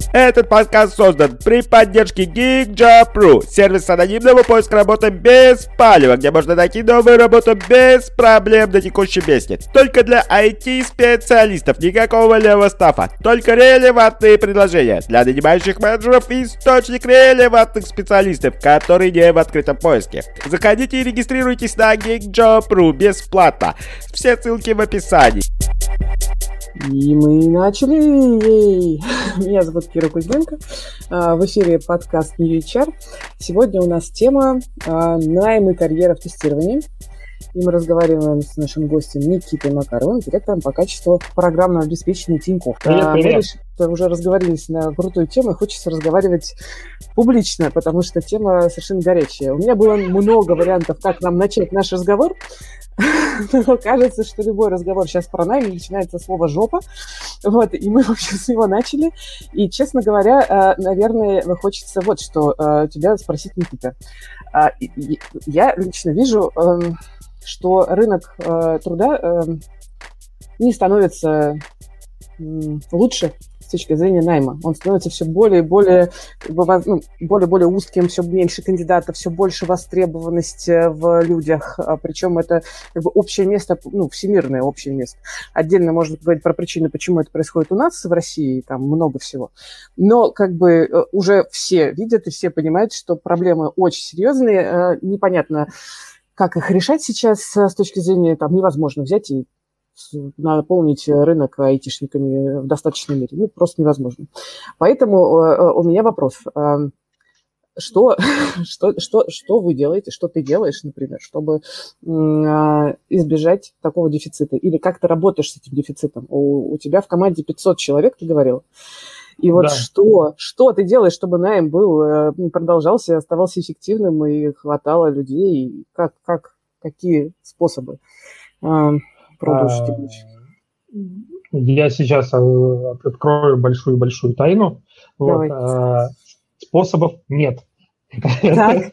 Этот подкаст создан при поддержке GeekJob.ru, сервис анонимного поиска работы без палева, где можно найти новую работу без проблем на текущем месте. Только для IT-специалистов, никакого левого стафа, только релевантные предложения для нанимающих менеджеров и источник релевантных специалистов, которые не в открытом поиске. Заходите и регистрируйтесь на GeekJob.ru бесплатно. Все ссылки в описании. И мы начали. Меня зовут Кира Кузьменко. В эфире подкаст New HR. Сегодня у нас тема найм и карьера в тестировании. И мы разговариваем с нашим гостем Никитой Макаровым, директором по качеству программного обеспечения Тинькофф. Привет. Мы уже разговорились на крутую тему, и хочется разговаривать публично, потому что тема совершенно горячая. У меня было много вариантов, как нам начать наш разговор. Но кажется, что любой разговор сейчас про найм начинается слово «жопа». Вот, и мы, в общем, с него начали. И, честно говоря, наверное, хочется вот что тебя спросить, Никита. Я лично вижу, что рынок труда не становится лучше с точки зрения найма. Он становится все более и более, более узким, все меньше кандидатов, все больше востребованности в людях. Причем это как бы общее место, всемирное общее место. Отдельно можно говорить про причины, почему это происходит у нас в России, там много всего. Но как бы уже все видят и все понимают, что проблемы очень серьезные. Непонятно, как их решать сейчас с точки зрения, невозможно взять и наполнить рынок айтишниками в достаточной мере. Просто невозможно. Поэтому у меня вопрос. Что вы делаете, что ты делаешь, например, чтобы избежать такого дефицита? Или как ты работаешь с этим дефицитом? У тебя в команде 500 человек, ты говорила. И вот да. Что ты делаешь, чтобы найм продолжался, оставался эффективным и хватало людей? И какие способы пробуешь? Я сейчас открою большую тайну. Вот, способов нет. Так.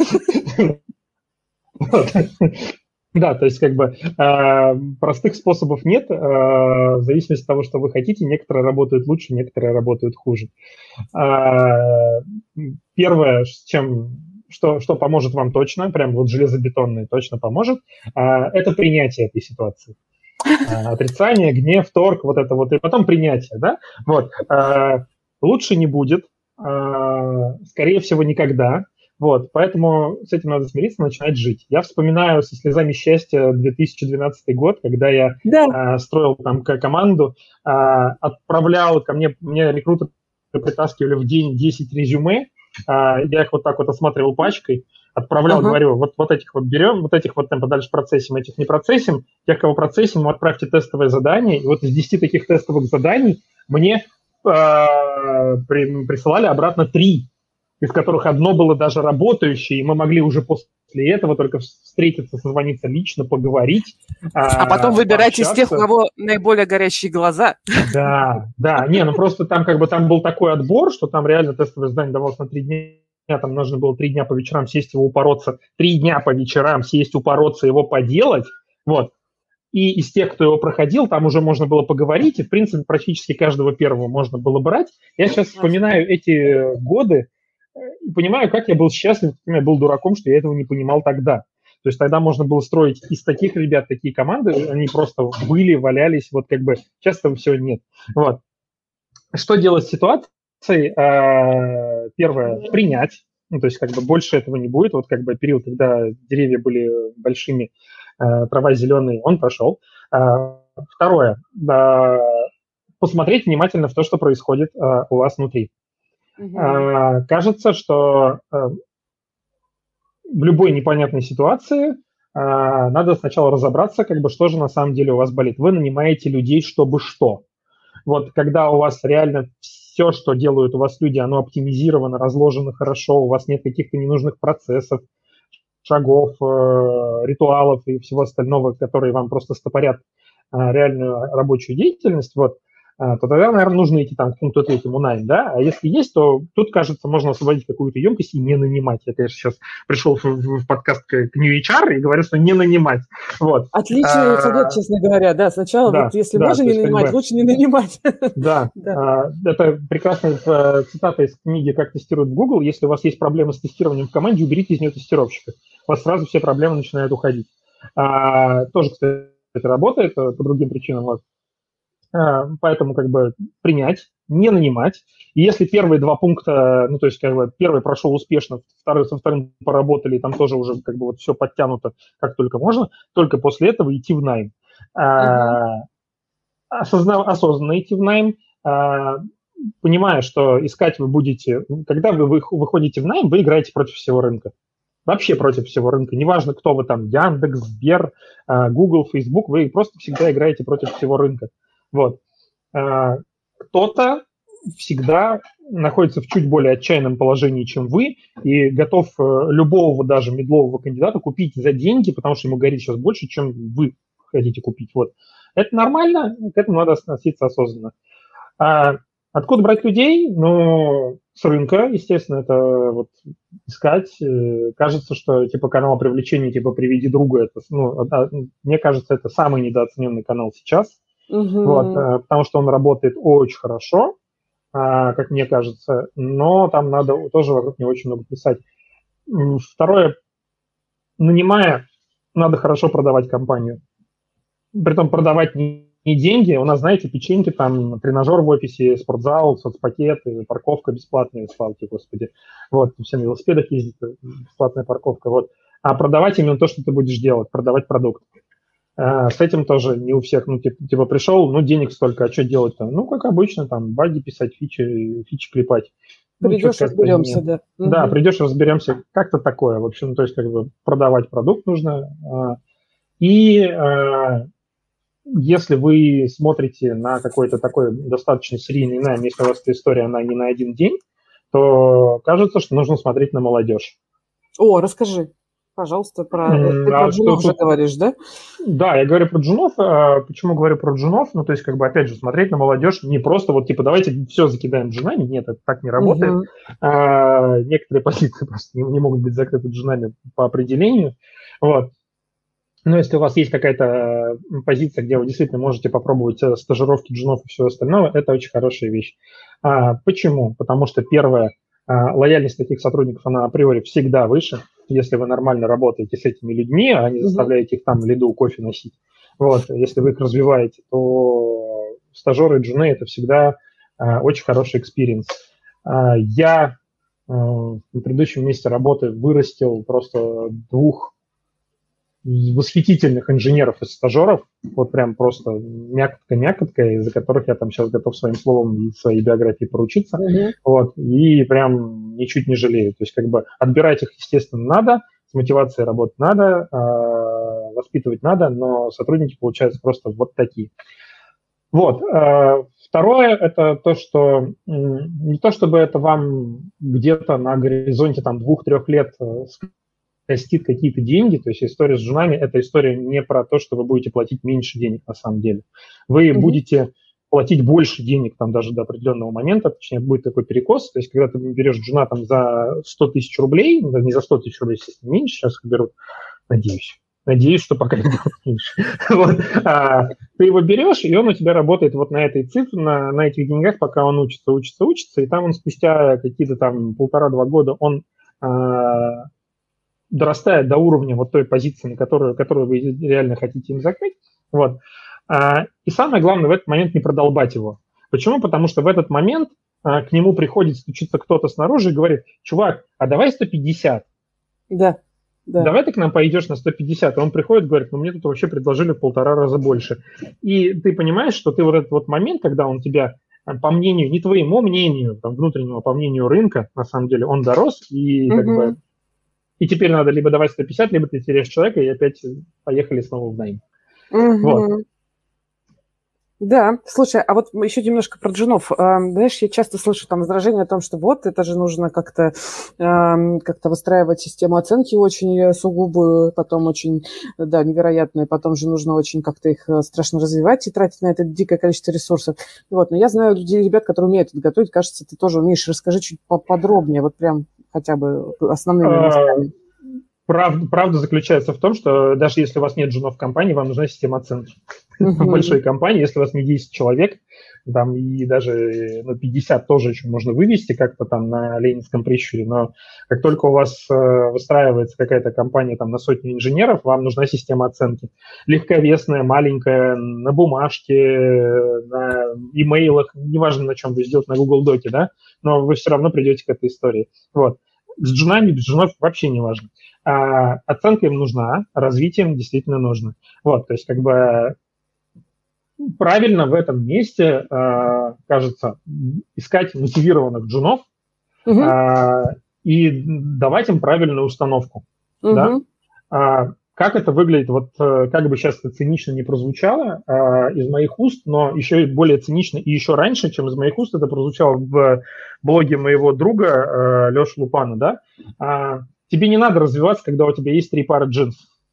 Да, то есть простых способов нет, в зависимости от того, что вы хотите. Некоторые работают лучше, некоторые работают хуже. Первое, что поможет вам точно, прям вот железобетонное точно поможет, это принятие этой ситуации. Отрицание, гнев, торг, вот это вот, и потом принятие, да? Вот. Лучше не будет, скорее всего, никогда. Вот, поэтому с этим надо смириться, начинать жить. Я вспоминаю со слезами счастья 2012 год, когда я строил там команду, отправлял ко мне рекрутеры притаскивали в день 10 резюме, я их вот так вот осматривал пачкой, отправлял, говорю, вот этих вот берем, вот этих вот там подальше процессим, этих не процессим, тех, кого процессим, отправьте тестовое задание, и вот из 10 таких тестовых заданий мне присылали обратно 3, из которых одно было даже работающее, и мы могли уже после этого только встретиться, созвониться лично, поговорить. А потом выбирать из тех, у кого наиболее горящие глаза. Да, просто там там был такой отбор, что там реально тестовое задание давалось на 3 дня, там нужно было 3 дня по вечерам сесть его упороться, 3 дня по вечерам сесть упороться, его поделать, вот. И из тех, кто его проходил, там уже можно было поговорить, и, в принципе, практически каждого первого можно было брать. Я сейчас вспоминаю эти годы и понимаю, как я был счастлив, я был дураком, что я этого не понимал тогда. То есть тогда можно было строить из таких ребят такие команды, они просто были, валялись, вот сейчас этого всего нет. Вот. Что делать с ситуацией? Первое, принять. То есть больше этого не будет. Вот период, когда деревья были большими, трава зеленая, он прошел. Второе, посмотреть внимательно в то, что происходит у вас внутри. Кажется, что в любой непонятной ситуации надо сначала разобраться, что же на самом деле у вас болит. Вы нанимаете людей, чтобы что. Вот когда у вас реально все, что делают у вас люди, оно оптимизировано, разложено хорошо, у вас нет каких-то ненужных процессов, шагов, ритуалов и всего остального, которые вам просто стопорят реальную рабочую деятельность, вот, то тогда, наверное, нужно идти там к пункту третьему найм, да? А если есть, то тут, кажется, можно освободить какую-то емкость и не нанимать. Я, конечно, сейчас пришел в подкаст к New HR и говорю, что не нанимать. Вот. Отличный совет, честно говоря, да. Сначала, да, вот если да, можно не нанимать, лучше не нанимать. Да, это прекрасная цитата из книги «Как тестируют в Google». Если у вас есть проблемы с тестированием в команде, уберите из нее тестировщика. У вас сразу все проблемы начинают уходить. Тоже, кстати, это работает по другим причинам. Вот. Поэтому как бы принять, не нанимать. И если первые два пункта, ну, то есть как бы первый прошел успешно, со вторым поработали, и там тоже уже как бы вот все подтянуто как только можно, только после этого идти в найм. Осознанно идти в найм, понимая, что искать вы будете, когда вы выходите в найм, вы играете против всего рынка. Вообще против всего рынка. Неважно, кто вы там, Яндекс, Сбер, Google, Facebook, вы просто всегда играете против всего рынка. Вот. Кто-то всегда находится в чуть более отчаянном положении, чем вы, и готов любого даже медлового кандидата купить за деньги, потому что ему горит сейчас больше, чем вы хотите купить. Вот. Это нормально, к этому надо относиться осознанно. Откуда брать людей? Ну, с рынка, естественно, это вот искать. Кажется, что типа канал привлечения, типа «Приведи друга», это, ну, мне кажется, это самый недооцененный канал сейчас. Вот, потому что он работает очень хорошо, как мне кажется, но там надо тоже вокруг него очень много писать. Второе, нанимая, надо хорошо продавать компанию. Притом продавать не деньги. У нас, знаете, печеньки, там, тренажер в офисе, спортзал, соцпакеты, парковка бесплатная, славьте, господи. Вот, все на велосипедах ездят, бесплатная парковка. Вот. А продавать именно то, что ты будешь делать, продавать продукт. С этим тоже не у всех, ну, типа пришел, ну, денег столько, а что делать-то? Ну, как обычно, там, баги писать, фичи клепать. Придешь, разберемся, да. Да, придешь, разберемся, как-то такое, в общем, то есть, как бы, продавать продукт нужно. И если вы смотрите на какой-то такой достаточно серийный найм, если у вас эта история, она не на один день, то кажется, что нужно смотреть на молодежь. О, расскажи. Пожалуйста, ты про джунов уже говоришь, да? Да, я говорю про джунов. Почему говорю про джунов? Ну, то есть, как бы, опять же, смотреть на молодежь не просто вот, типа, давайте все закидаем джунами. Нет, это так не работает. Некоторые позиции просто не могут быть закрыты джунами по определению. Вот. Но если у вас есть какая-то позиция, где вы действительно можете попробовать стажировки джунов и все остальное, это очень хорошая вещь. Почему? Потому что, первое, лояльность таких сотрудников, она априори всегда выше, если вы нормально работаете с этими людьми, а не заставляете их там лиду кофе носить. Вот, если вы их развиваете, то стажеры и джуны – это всегда очень хороший экспириенс. Я на предыдущем месте работы вырастил просто 2 восхитительных инженеров и стажеров, вот прям просто мякотка, из-за которых я там сейчас готов своим словом и своей биографией поручиться, вот, и прям ничуть не жалею. То есть как бы отбирать их, естественно, надо, с мотивацией работать надо, воспитывать надо, но сотрудники получаются просто вот такие. Вот. Второе – это то, что не то, чтобы это вам где-то на горизонте там 2-3 лет растит какие-то деньги, то есть история с джунами – это история не про то, что вы будете платить меньше денег на самом деле. Вы будете платить больше денег там даже до определенного момента, точнее, будет такой перекос, то есть когда ты берешь джуна там за 100 тысяч рублей, не за 100 тысяч рублей, естественно, меньше сейчас их берут, надеюсь, что пока их берут меньше. Вот. Ты его берешь, и он у тебя работает вот на этой цифре, на этих деньгах, пока он учится, и там он спустя какие-то там 1,5-2 года, он дорастает до уровня вот той позиции, на которую вы реально хотите им закрыть. Вот. И самое главное в этот момент не продолбать его. Почему? Потому что в этот момент к нему приходит стучиться кто-то снаружи и говорит: чувак, а давай 150. Да. Давай ты к нам пойдешь на 150. И он приходит и говорит: ну мне тут вообще предложили в 1,5 раза больше. И ты понимаешь, что ты вот этот вот момент, когда он тебя, по мнению, не твоему мнению, там, внутреннего, по мнению рынка, на самом деле, он дорос, и как бы и теперь надо либо давать 150, либо ты теряешь человека, и опять поехали снова в найм. Вот. Да, слушай, а вот еще немножко про джунов. Знаешь, я часто слышу там возражения о том, что вот это же нужно как-то выстраивать систему оценки очень сугубую, потом очень, да, невероятную, потом же нужно очень как-то их страшно развивать и тратить на это дикое количество ресурсов. Вот, но я знаю людей, ребят, которые умеют это готовить, кажется, ты тоже умеешь. Расскажи чуть поподробнее, вот прям хотя бы основными местами. Правда заключается в том, что даже если у вас нет джунов в компании, вам нужна система оценки. В большой компании, если у вас не 10 человек, там и даже 50 тоже еще можно вывести как-то там на Ленинском прищуре, но как только у вас выстраивается какая-то компания там на сотню инженеров, вам нужна система оценки. Легковесная, маленькая, на бумажке, на имейлах, неважно на чем вы сделаете, на Google Доке, да, но вы все равно придете к этой истории. Вот. С джунами, без джунов вообще не важно. Оценка им нужна, развитие им действительно нужно. Вот, то есть как бы правильно в этом месте, кажется, искать мотивированных джунов и давать им правильную установку. Да? Как это выглядит, вот как бы сейчас это цинично не прозвучало из моих уст, но еще и более цинично и еще раньше, чем из моих уст, это прозвучало в блоге моего друга Леши Лупана, да? Тебе не надо развиваться, когда у тебя есть 3 пары джинс.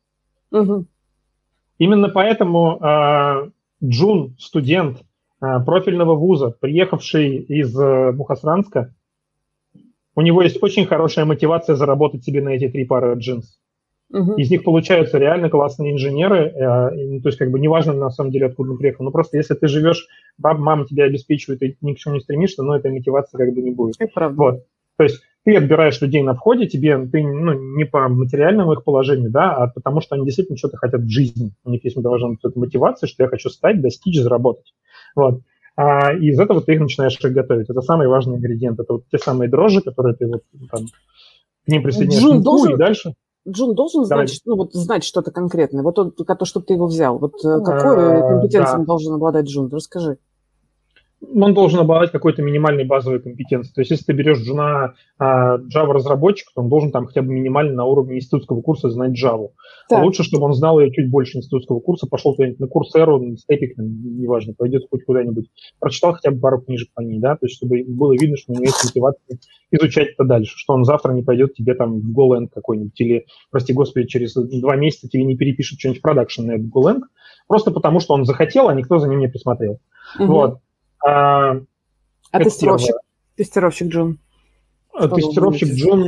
Именно поэтому джун, студент профильного вуза, приехавший из Мухосранска, у него есть очень хорошая мотивация заработать себе на эти 3 пары джинс. Из них получаются реально классные инженеры, то есть как бы неважно на самом деле, откуда он приехал, но просто если ты живешь, мама тебя обеспечивает и ни к чему не стремишься, но этой мотивации как бы не будет. Это правда. Вот. То есть ты отбираешь людей на входе, ты не по материальному их положению, да, а потому что они действительно что-то хотят в жизни. У них есть должна быть мотивация, что я хочу стать, достичь, заработать. Вот. И из этого ты их начинаешь готовить. Это самый важный ингредиент. Это вот те самые дрожжи, которые ты вот там, к ним присоединяешь и дальше. Джун должен знать что-то конкретное, вот то, чтобы ты его взял. Вот какой компетенцией должен обладать Джун? Расскажи. Он должен обладать какой-то минимальной базовой компетенцией. То есть, если ты берешь джуна Java-разработчика, то он должен там хотя бы минимально на уровне институтского курса знать Java. А лучше, чтобы он знал ее чуть больше институтского курса, пошел куда-нибудь на Coursera, на Stepik, неважно, пойдет хоть куда-нибудь, прочитал хотя бы пару книжек по ней, да, то есть, чтобы было видно, что у него есть мотивация изучать это дальше, что он завтра не пойдет тебе там в Golang какой-нибудь, или, прости господи, через 2 месяца тебе не перепишет что-нибудь в продакшн на этот Golang, просто потому что он захотел, а никто за ним не присмотрел. Вот. Тестировщик Джун? Тестировщик Джун,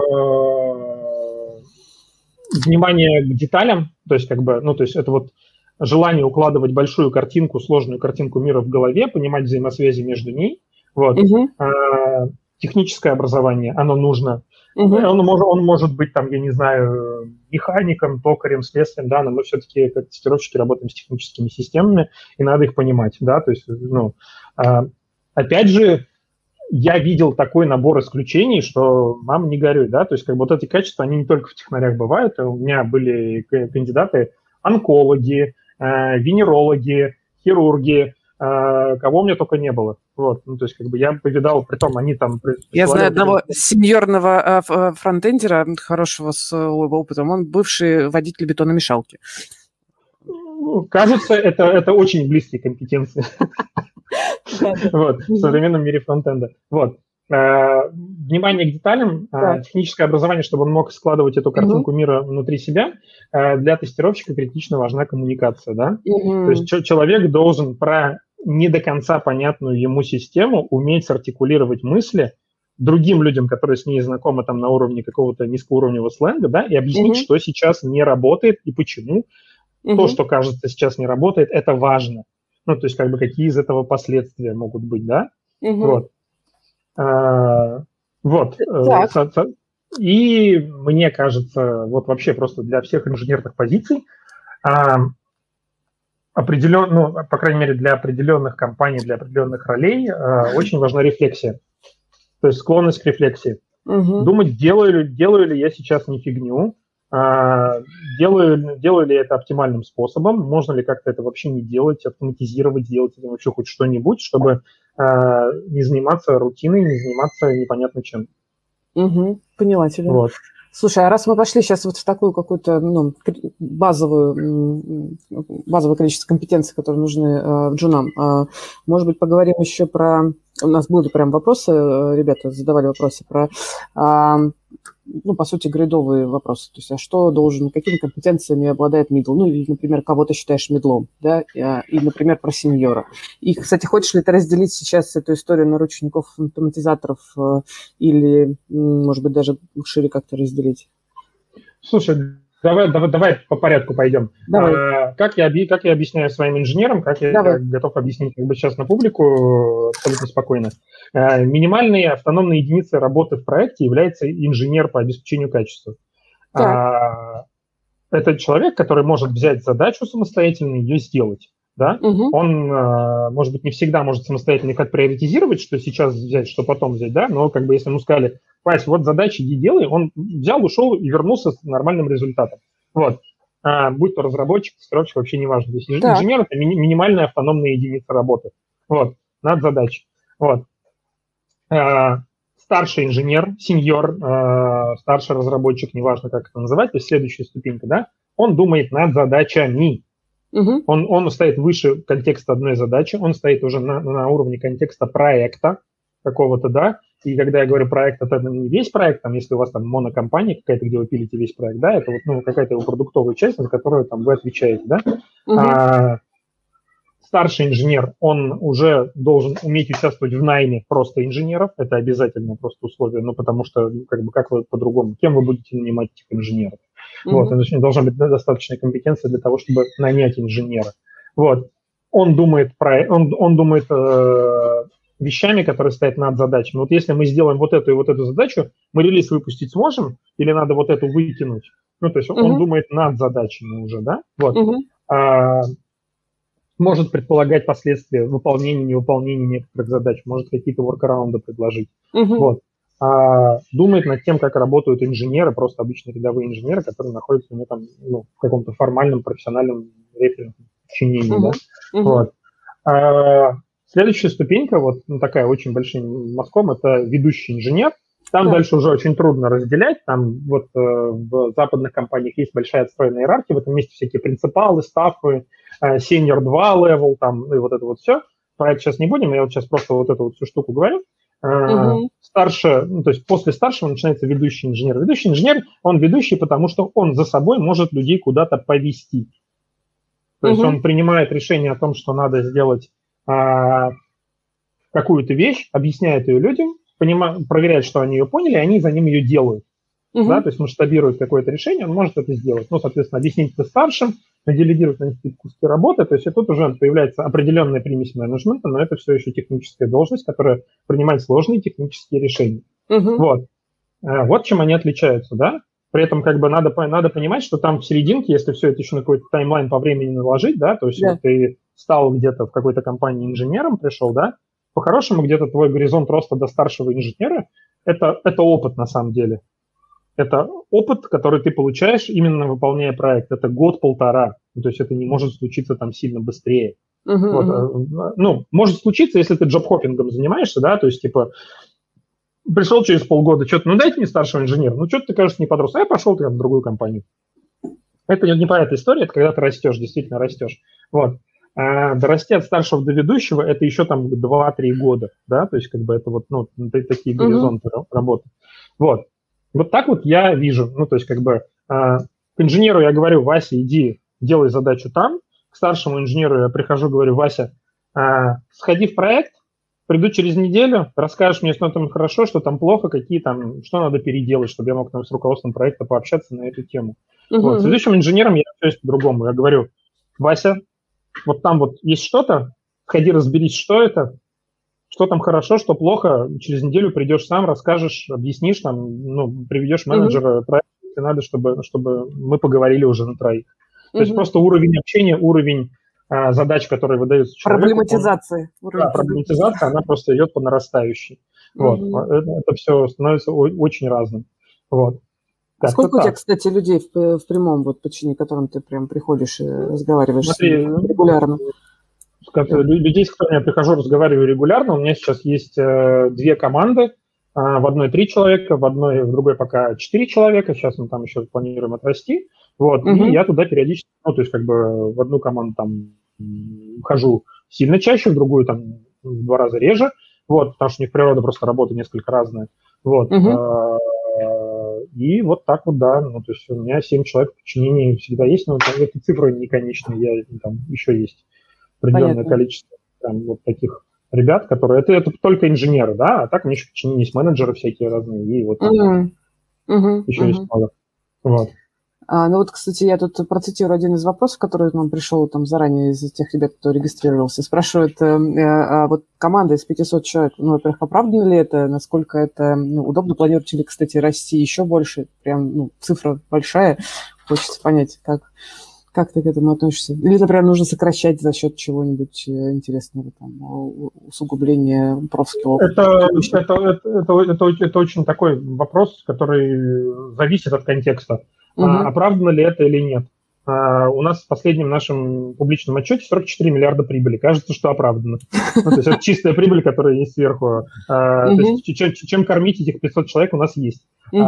внимание к деталям, то есть как бы, то есть это вот желание укладывать большую картинку, сложную картинку мира в голове, понимать взаимосвязи между ней, вот. Техническое образование, оно нужно. Он может быть там, я не знаю, механиком, токарем, слесарем, да, но мы все-таки как тестировщики работаем с техническими системами, и надо их понимать, да, то есть, опять же, я видел такой набор исключений, что мама не горюй, да, то есть как бы вот эти качества, они не только в технарях бывают, у меня были кандидаты онкологи, венерологи, хирурги, кого у меня только не было. Вот, то есть, как бы я повидал, притом они там... Я знаю одного сеньорного фронтендера, хорошего с опытом, он бывший водитель бетономешалки. Кажется, это очень близкие компетенции в современном мире фронтенда. Вот. Внимание к деталям, техническое образование, чтобы он мог складывать эту картинку мира внутри себя, для тестировщика критично важна коммуникация, да? То есть человек должен про не до конца понятную ему систему уметь сартикулировать мысли другим людям, которые с ней знакомы там на уровне какого-то низкоуровневого сленга, да, и объяснить, что сейчас не работает и почему. То, что кажется сейчас не работает, это важно. То есть как бы какие из этого последствия могут быть, да? Вот. И мне кажется, вот вообще просто для всех инженерных позиций определенно, по крайней мере, для определенных компаний, для определенных ролей очень важна рефлексия. То есть склонность к рефлексии. Думать, делаю ли я сейчас не фигню, делаю ли это оптимальным способом, можно ли как-то это вообще не делать, автоматизировать, сделать это вообще хоть что-нибудь, чтобы не заниматься рутиной, не заниматься непонятно чем. Поняла тебя. Вот. Слушай, а раз мы пошли сейчас вот в такую какую-то базовое количество компетенций, которые нужны джунам, может быть, поговорим еще про... У нас были прям вопросы, ребята задавали вопросы про, по сути, грейдовые вопросы. То есть, какими компетенциями обладает мидл? Ну, или, например, кого ты считаешь мидлом, да? И, например, про сеньора. И, кстати, хочешь ли ты разделить сейчас эту историю на учеников автоматизаторов или, может быть, даже шире как-то разделить? Слушай, давай по порядку пойдем. Давай. Как я объясняю своим инженерам, как я готов объяснить сейчас на публику абсолютно спокойно. Минимальной автономной единицей работы в проекте является инженер по обеспечению качества. Это человек, который может взять задачу самостоятельно и ее сделать. Да? Он, может быть, не всегда может самостоятельно как приоритизировать, что сейчас взять, что потом взять, да? Но как бы если ему сказали, Вась, вот задачи иди делай, он взял, ушел и вернулся с нормальным результатом. Вот. Будь то разработчик, тестировщик, вообще не важно. То есть инженер – это минимальная автономная единица работы. Вот. Над задачей. Вот. Старший инженер, сеньор, старший разработчик, неважно, как это называть, то есть следующая ступенька, да, он думает над задачами. Он стоит выше контекста одной задачи, он стоит уже на уровне контекста проекта какого-то, да, и когда я говорю проект, это не весь проект, там, если у вас там монокомпания какая-то, где вы пилите весь проект, да, это вот, какая-то его продуктовая часть, за которую там вы отвечаете, да. Старший инженер, он уже должен уметь участвовать в найме просто инженеров, это обязательное просто условие, потому что, как вы по-другому, кем вы будете нанимать этих инженеров? Вот, должна быть достаточная компетенция для того, чтобы нанять инженера. Вот, он думает вещами, которые стоят над задачами. Вот если мы сделаем вот эту и вот эту задачу, мы релиз выпустить сможем или надо вот эту выкинуть? То есть он думает над задачами уже, да? Вот. Может предполагать последствия выполнения, невыполнения некоторых задач, может какие-то воркараунды предложить. Вот. Думает над тем, как работают инженеры, просто обычные рядовые инженеры, которые находятся в каком-то формальном, профессиональном референтном подчинении. Да? Вот. Следующая ступенька, такая очень большим мазком, это ведущий инженер. Там дальше уже очень трудно разделять. Там в западных компаниях есть большая отстроенная иерархия, в этом месте всякие принципалы, стаффы, senior 2 level, там, и вот это вот все. Про это сейчас не будем, я сейчас просто вот эту вот всю штуку говорю. Старше, то есть после старшего начинается ведущий инженер. Ведущий инженер, он ведущий, потому что он за собой может людей куда-то повести. То есть он принимает решение о том, что надо сделать какую-то вещь, объясняет ее людям, проверяет, что они ее поняли, и они за ним ее делают. Да, то есть масштабирует какое-то решение, он может это сделать. Соответственно, объяснить это старшим, делегировать на какие-то куски работы. То есть и тут уже появляется определенная примесь менеджмента, но это все еще техническая должность, которая принимает сложные технические решения. Вот чем они отличаются, да. При этом надо понимать, что там в серединке, если все это еще на какой-то таймлайн по времени наложить, да, то есть ты стал где-то в какой-то компании инженером, пришел, да, по-хорошему где-то твой горизонт роста до старшего инженера – это опыт на самом деле. Это опыт, который ты получаешь, именно выполняя проект. Это год-полтора. То есть это не может случиться там сильно быстрее. Может случиться, если ты джоб-хоппингом занимаешься, да, то есть пришел через полгода, что-то, дайте мне старшего инженера, что-то ты, кажется, не подрос, я пошел в другую компанию. Это не про эту историю, это когда ты растешь, действительно растешь. Вот. Дорасти от старшего до ведущего, это еще там 2-3 года, да, то есть это такие горизонты работы. Вот. Вот так вот я вижу, то есть к инженеру я говорю, Вася, иди, делай задачу там, к старшему инженеру я прихожу, говорю, Вася, сходи в проект, приду через неделю, расскажешь мне, что там хорошо, что там плохо, что надо переделать, чтобы я мог там с руководством проекта пообщаться на эту тему. Вот. С следующим инженером я общаюсь по-другому, я говорю, Вася, вот там вот есть что-то, сходи разберись, что это, что там хорошо, что плохо, через неделю придешь сам, расскажешь, объяснишь, приведешь менеджера проекта, если надо, чтобы мы поговорили уже на троих. То есть просто уровень общения, уровень задач, которые выдаются человеку. Проблематизация. Проблематизация, она просто идет по нарастающей. Вот. Это все становится очень разным. Вот. Сколько у тебя, кстати, людей в прямом подчинении, которым ты прям приходишь и разговариваешь регулярно? Людей, с которыми я прихожу, разговариваю регулярно. У меня сейчас есть 2 команды. В одной 3 человека, в другой пока 4 человека. Сейчас мы там еще планируем отрасти. Вот, и я туда периодически, ну, то есть как бы в одну команду там хожу сильно чаще, в другую там в 2 раза реже, вот, потому что у них природа просто работы несколько разная. Вот. И вот так вот, да, ну, то есть у меня 7 человек в подчинении всегда есть, но там эти цифры не конечные, там еще есть определенное количество там, вот таких ребят, которые, это только инженеры, да, а так у меня еще в подчинении есть менеджеры всякие разные, и вот еще есть много. Вот. Ну вот, кстати, я тут процитирую один из вопросов, который нам пришел там заранее из тех ребят, кто регистрировался. Спрашивает, вот команда из 500 человек, ну, во-первых, оправдано ли это, насколько это удобно, планируете ли, кстати, расти еще больше, прям, ну, цифра большая, хочется понять, как ты к этому относишься? Или, например, нужно сокращать за счет чего-нибудь интересного, там, усугубления профского опыта? Это очень такой вопрос, который зависит от контекста. Оправдано ли это или нет? У нас в последнем нашем публичном отчете 44 миллиарда прибыли. Кажется, что оправдано. Ну, то есть это чистая прибыль, которая есть сверху. То есть чем кормить этих 500 человек у нас есть.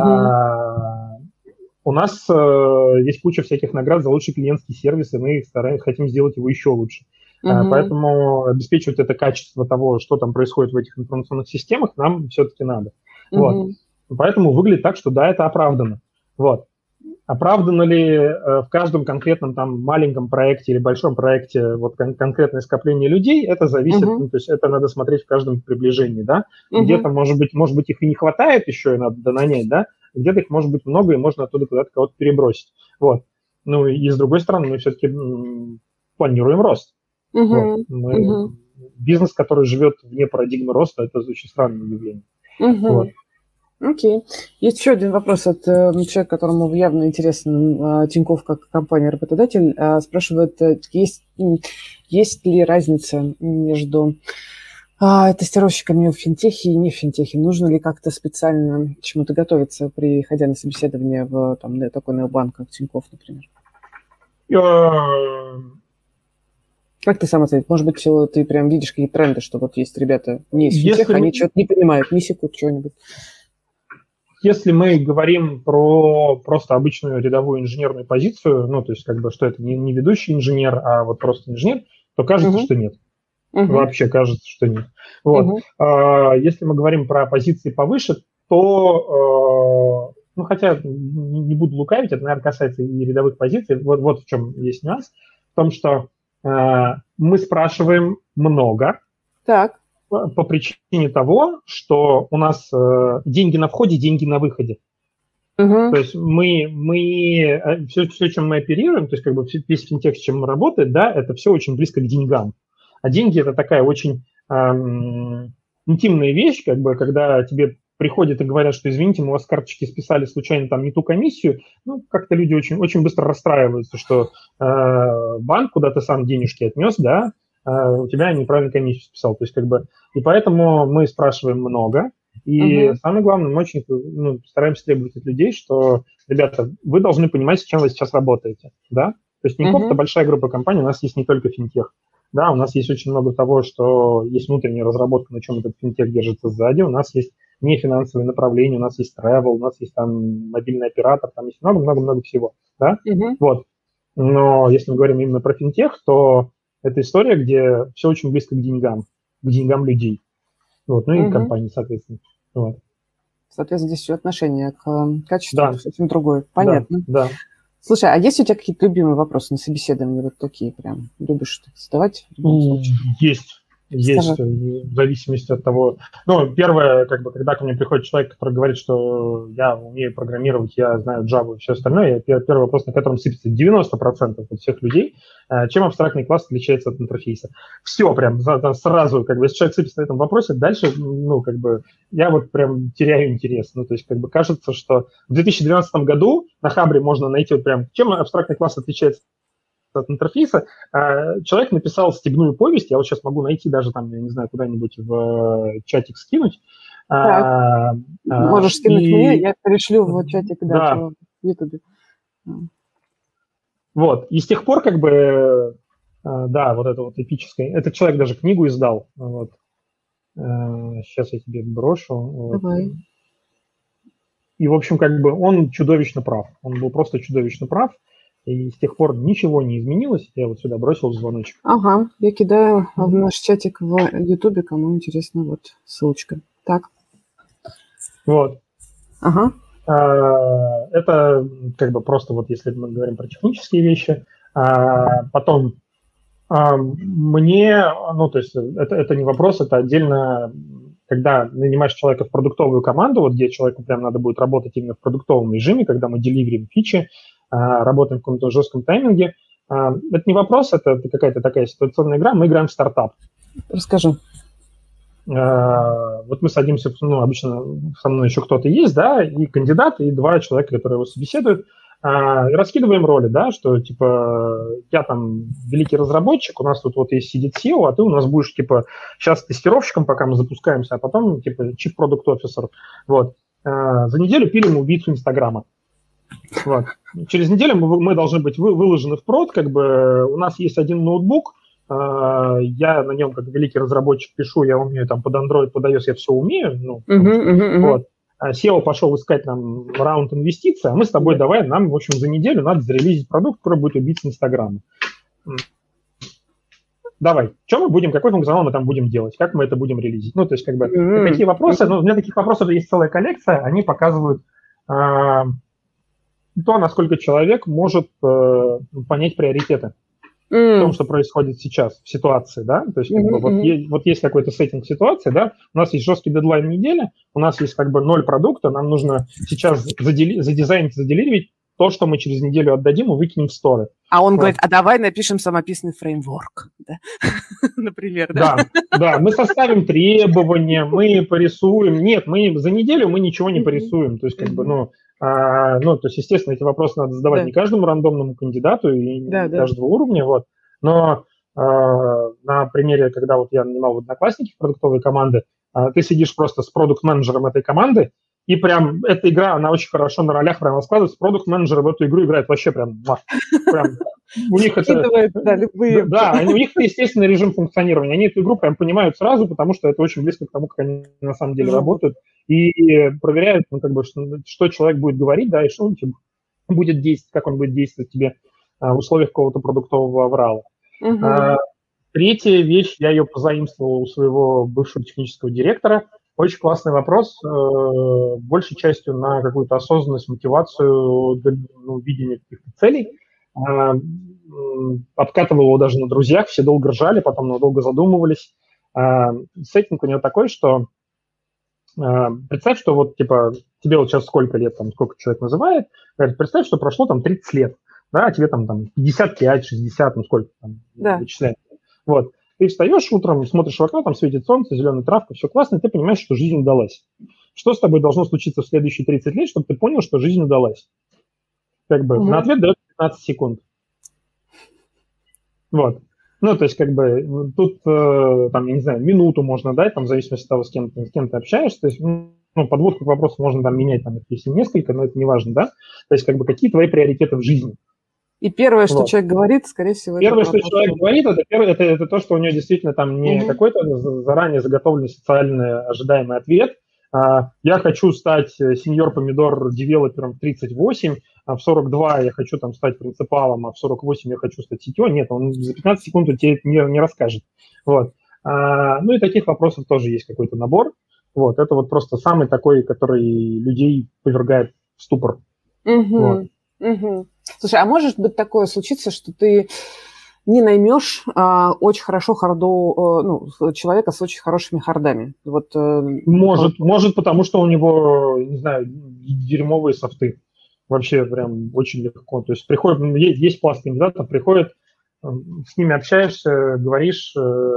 У нас есть куча всяких наград за лучший клиентский сервис, и мы хотим сделать его еще лучше. Поэтому обеспечивать это качество того, что там происходит в этих информационных системах, нам все-таки надо. Вот. Поэтому выглядит так, что да, это оправдано. Вот. Оправдано ли в каждом конкретном там маленьком проекте или большом проекте вот конкретное скопление людей, это зависит, ну, то есть это надо смотреть в каждом приближении, да. Где-то, может быть, их и не хватает еще, и надо донанять, да, где-то их может быть много, и можно оттуда куда-то кого-то перебросить. Вот. Ну, и с другой стороны, мы все-таки планируем рост. Вот. Бизнес, который живет вне парадигмы роста, это очень странное явление. Вот. Окей. Есть еще один вопрос от человека, которому явно интересен Тинькофф как компания-работодатель. Спрашивает, есть ли разница между тестировщиками в финтехе и не в финтехе? Нужно ли как-то специально к чему-то готовиться, приходя на собеседование в такой необанк, как Тинькофф, например? Как ты сам ответишь? Может быть, ты прям видишь какие-то тренды, что вот есть ребята не из финтеха, они что-то не понимают, не секут что-нибудь. Если мы говорим про просто обычную рядовую инженерную позицию, ну, то есть, как бы, что это не ведущий инженер, а вот просто инженер, то кажется, что нет. Вообще кажется, что нет. Вот. Если мы говорим про позиции повыше, то, ну, хотя не буду лукавить, это, наверное, касается и рядовых позиций. Вот в чем есть нюанс. В том, что мы спрашиваем много. Так. По причине того, что у нас деньги на входе, деньги на выходе. То есть все, чем мы оперируем, то есть как бы весь финтех, с чем мы работаем, да, это все очень близко к деньгам. А деньги – это такая очень интимная вещь, как бы, когда тебе приходят и говорят, что, извините, мы у вас с карточки списали случайно там не ту комиссию, ну, как-то люди очень, очень быстро расстраиваются, что банк, куда ты сам денежки отнес, да, у тебя неправильно комиссию списал. То есть, как бы, и поэтому мы спрашиваем много. И самое главное, мы очень стараемся требовать от людей, что, ребята, вы должны понимать, с чем вы сейчас работаете. Да? То есть Тинькофф – это большая группа компаний, у нас есть не только финтех. Да, у нас есть очень много того, что есть внутренняя разработка, на чем этот финтех держится сзади. У нас есть нефинансовые направления, у нас есть travel, у нас есть там мобильный оператор, там есть много-много-много всего. Да? Вот. Но если мы говорим именно про финтех, то это история, где все очень близко к деньгам людей. Вот, ну и компании, соответственно. Вот. Соответственно, здесь все отношение к качеству совсем другое. Понятно. Да. Слушай, а есть у тебя какие-то любимые вопросы на собеседовании? Вот такие прям любишь задавать? В любом случае? Есть, в зависимости от того. Ну, первое, как бы, когда ко мне приходит человек, который говорит, что я умею программировать, я знаю Java и все остальное, первый вопрос, на котором сыпется 90% от всех людей, чем абстрактный класс отличается от интерфейса. Все прям сразу, как бы, если человек сыпется на этом вопросе, дальше, ну, как бы, я вот прям теряю интерес. Ну, то есть, как бы, кажется, что в 2012 году на Хабре можно найти вот прям, чем абстрактный класс отличается от интерфейса. Человек написал стебную повесть, я вот сейчас могу найти даже там, я не знаю, куда-нибудь в чатик скинуть. Можешь скинуть мне, я пришлю в чатик, в YouTube. Вот, и с тех пор как бы, да, вот это вот эпическое, этот человек даже книгу издал, вот. Сейчас я тебе брошу. Давай. И, в общем, как бы он чудовищно прав. Он был просто чудовищно прав. И с тех пор ничего не изменилось. Я вот сюда бросил звоночек. Ага, я кидаю в наш чатик в Ютубе, кому интересно, вот ссылочка. Так. Вот. Ага. Это как бы просто вот если мы говорим про технические вещи. Потом мне, ну, то есть это не вопрос, это отдельно, когда нанимаешь человека в продуктовую команду, вот где человеку прям надо будет работать именно в продуктовом режиме, когда мы деливерим фичи, работаем в каком-то жестком тайминге. Это не вопрос, это какая-то такая ситуационная игра, мы играем в стартап. Расскажи. Вот мы садимся, ну, обычно со мной еще кто-то есть, да, и кандидат, и два человека, которые его собеседуют, и раскидываем роли, да, что, типа, я там великий разработчик, у нас тут вот есть сидит SEO, а ты у нас будешь, типа, сейчас тестировщиком, пока мы запускаемся, а потом, типа, Chief Product Officer, вот. За неделю пилим убийцу Инстаграма. Вот. Через неделю мы должны быть выложены в прод, как бы у нас есть один ноутбук, я на нем как великий разработчик пишу, я умею там под Android, под iOS, я все умею, ну, вот. SEO пошел искать нам раунд инвестиций, а мы с тобой давай, нам, в общем, за неделю надо зарелизить продукт, который будет убийцей Инстаграма. Давай, что мы будем, какой функционал мы там будем делать, как мы это будем релизить? Ну, то есть, как бы, такие вопросы, ну, у меня таких вопросов есть целая коллекция, они показывают то, насколько человек может понять приоритеты в том, что происходит сейчас в ситуации, да, то есть как бы, вот есть какой-то сеттинг ситуации, да, у нас есть жесткий дедлайн недели, у нас есть как бы 0 продукта, нам нужно сейчас задизайнить, заделировать то, что мы через неделю отдадим и выкинем в сторы. А он говорит, а давай напишем самописный фреймворк, да? Например, да? Да, мы составим требования, мы порисуем. Нет, мы за неделю мы ничего не порисуем, то есть как бы, то есть, естественно, эти вопросы надо задавать не каждому рандомному кандидату и не каждого уровня, вот. Но на примере, когда вот я нанимал в Одноклассники в продуктовые команды, ты сидишь просто с продукт-менеджером этой команды, и прям эта игра, она очень хорошо на ролях прям раскладывается. Продукт-менеджер в эту игру играет вообще прям у них это... Да, у них это естественный режим функционирования. Они эту игру прям понимают сразу, потому что это очень близко к тому, как они на самом деле работают. И проверяют, ну, как бы, что человек будет говорить, да, и что он будет действовать, как он будет действовать тебе в условиях какого-то продуктового аврала. Третья вещь, я ее позаимствовал у своего бывшего технического директора. Очень классный вопрос, большей частью на какую-то осознанность, мотивацию, видение каких-то целей. Обкатывал его даже на друзьях, все долго ржали, потом долго задумывались. Сеттинг у него такой, что представь, что вот, типа, тебе вот сейчас сколько лет, там, сколько человек называет, говорит, представь, что прошло там 30 лет, да, а тебе там 55, 60, ну сколько там вычисляется. Вот. Ты встаешь утром, смотришь в окно, там светит солнце, зеленая травка, все классно, и ты понимаешь, что жизнь удалась. Что с тобой должно случиться в следующие 30 лет, чтобы ты понял, что жизнь удалась? Как бы на ответ дает 15 секунд. Вот. Ну, то есть, как бы, тут, там, я не знаю, минуту можно дать, там, в зависимости от того, с кем ты общаешься. То есть, подводку к вопросу можно там менять, там, если несколько, но это не важно, да? То есть, как бы, какие твои приоритеты в жизни? И первое, что человек говорит, скорее всего... Первое, что человек говорит, это то, что у него действительно там не какой-то заранее заготовленный социальный ожидаемый ответ. Я хочу стать сеньор-помидор-девелопером в 38, а в 42 я хочу там стать принципалом, а в 48 я хочу стать CTO. Нет, он за 15 секунд тебе не расскажет. Вот. Ну и таких вопросов тоже есть какой-то набор. Вот. Это вот просто самый такой, который людей повергает в ступор. Вот. Слушай, а может быть такое случиться, что ты не наймешь очень хорошо человека с очень хорошими хардами? Вот, может, потому что у него, не знаю, дерьмовые софты. Вообще прям очень легко. То есть приходит, есть пласт кандидатов, приходит, с ними общаешься, говоришь,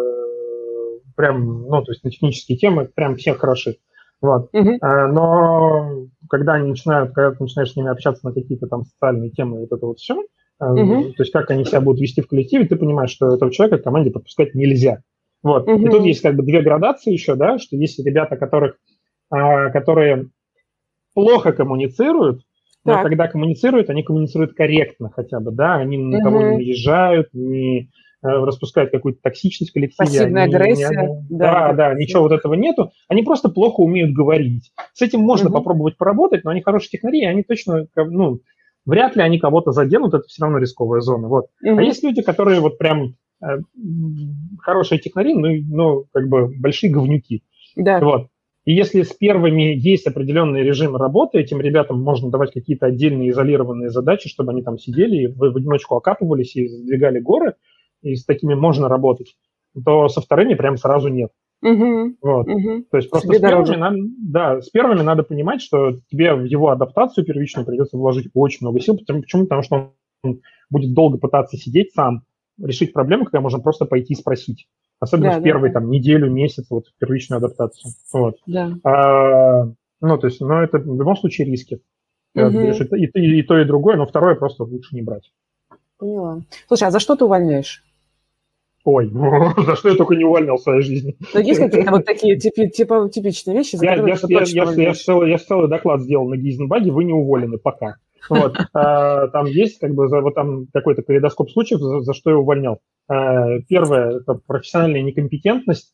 прям, то есть на технические темы прям все хороши. Вот. Но когда ты начинаешь с ними общаться на какие-то там социальные темы, вот это вот все, то есть как они себя будут вести в коллективе, ты понимаешь, что этого человека к команде подпускать нельзя. Вот. И тут есть как бы две градации еще, да, что есть ребята, которые плохо коммуницируют, но когда коммуницируют, они коммуницируют корректно хотя бы, да, они на кого не наезжают, не распускают какую-то токсичность в коллективе. Пассивная агрессия. Да, ничего вот этого нету. Они просто плохо умеют говорить. С этим можно попробовать поработать, но они хорошие технари, и они точно, ну, вряд ли они кого-то заденут, это все равно рисковая зона. Вот. А есть люди, которые вот прям хорошие технари, но как бы большие говнюки. Да. Вот. И если с первыми есть определенный режим работы, этим ребятам можно давать какие-то отдельные изолированные задачи, чтобы они там сидели и в одиночку окапывались и сдвигали горы, и с такими можно работать, то со вторыми прям сразу нет. Вот. То есть просто с первыми надо понимать, что тебе в его адаптацию первичную придется вложить очень много сил. Почему? Потому что он будет долго пытаться сидеть сам, решить проблему, когда можно просто пойти и спросить. Особенно в первые там, неделю, месяц, вот, в первичную адаптацию. Вот. Да. Ну, то есть, это в любом случае риски. И то, и другое, но второе просто лучше не брать. Поняла. Слушай, а за что ты увольняешь? Ой, за что я только не увольнял в своей жизни. Но есть какие-то вот такие типичные вещи, за которые ты точно увольняешь? Я целый доклад сделал на Гейзенбаге, вы не уволены пока. Вот. Там есть как бы вот там какой-то калейдоскоп случаев, за что я увольнял. Первое – это профессиональная некомпетентность.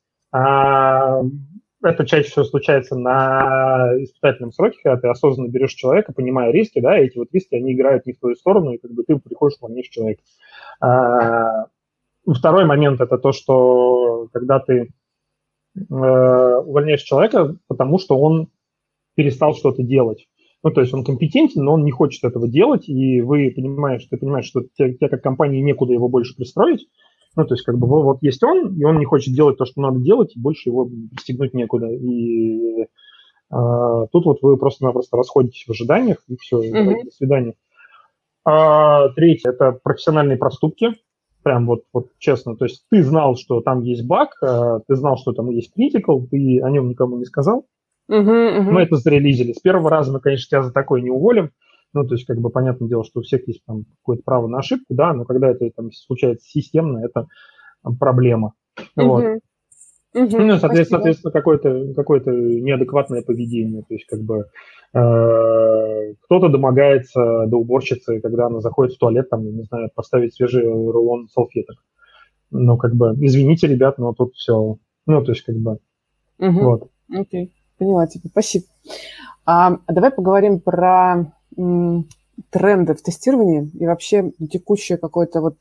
Это чаще всего случается на испытательном сроке, когда ты осознанно берешь человека, понимая риски, да, и эти вот риски, они играют не в твою сторону, и как бы ты приходишь, увольняешь человека. Второй момент – это то, что когда ты увольняешь человека, потому что он перестал что-то делать. Ну, то есть он компетентен, но он не хочет этого делать, и ты понимаешь, что тебе как компании некуда его больше пристроить. Ну, то есть как бы вот есть он, и он не хочет делать то, что надо делать, и больше его пристегнуть некуда. И тут вот вы просто-напросто расходитесь в ожиданиях, и все, до свидания. Третье – это профессиональные проступки. Прям вот честно. То есть ты знал, что там есть баг, ты знал, что там есть critical, ты о нем никому не сказал. Мы это зарелизили. С первого раза мы, конечно, тебя за такое не уволим. Ну, то есть, как бы, понятное дело, что у всех есть там какое-то право на ошибку, да, но когда это там случается системно, это проблема. Вот. Ну, соответственно, какое-то неадекватное поведение. То есть, как бы, кто-то домогается до уборщицы, когда она заходит в туалет, там, не знаю, поставить свежий рулон салфеток. Ну, как бы, извините, ребят, но тут все. Ну, то есть, как бы, вот. Окей. Поняла тебя, спасибо. Давай поговорим про тренды в тестировании и вообще текущее какое-то вот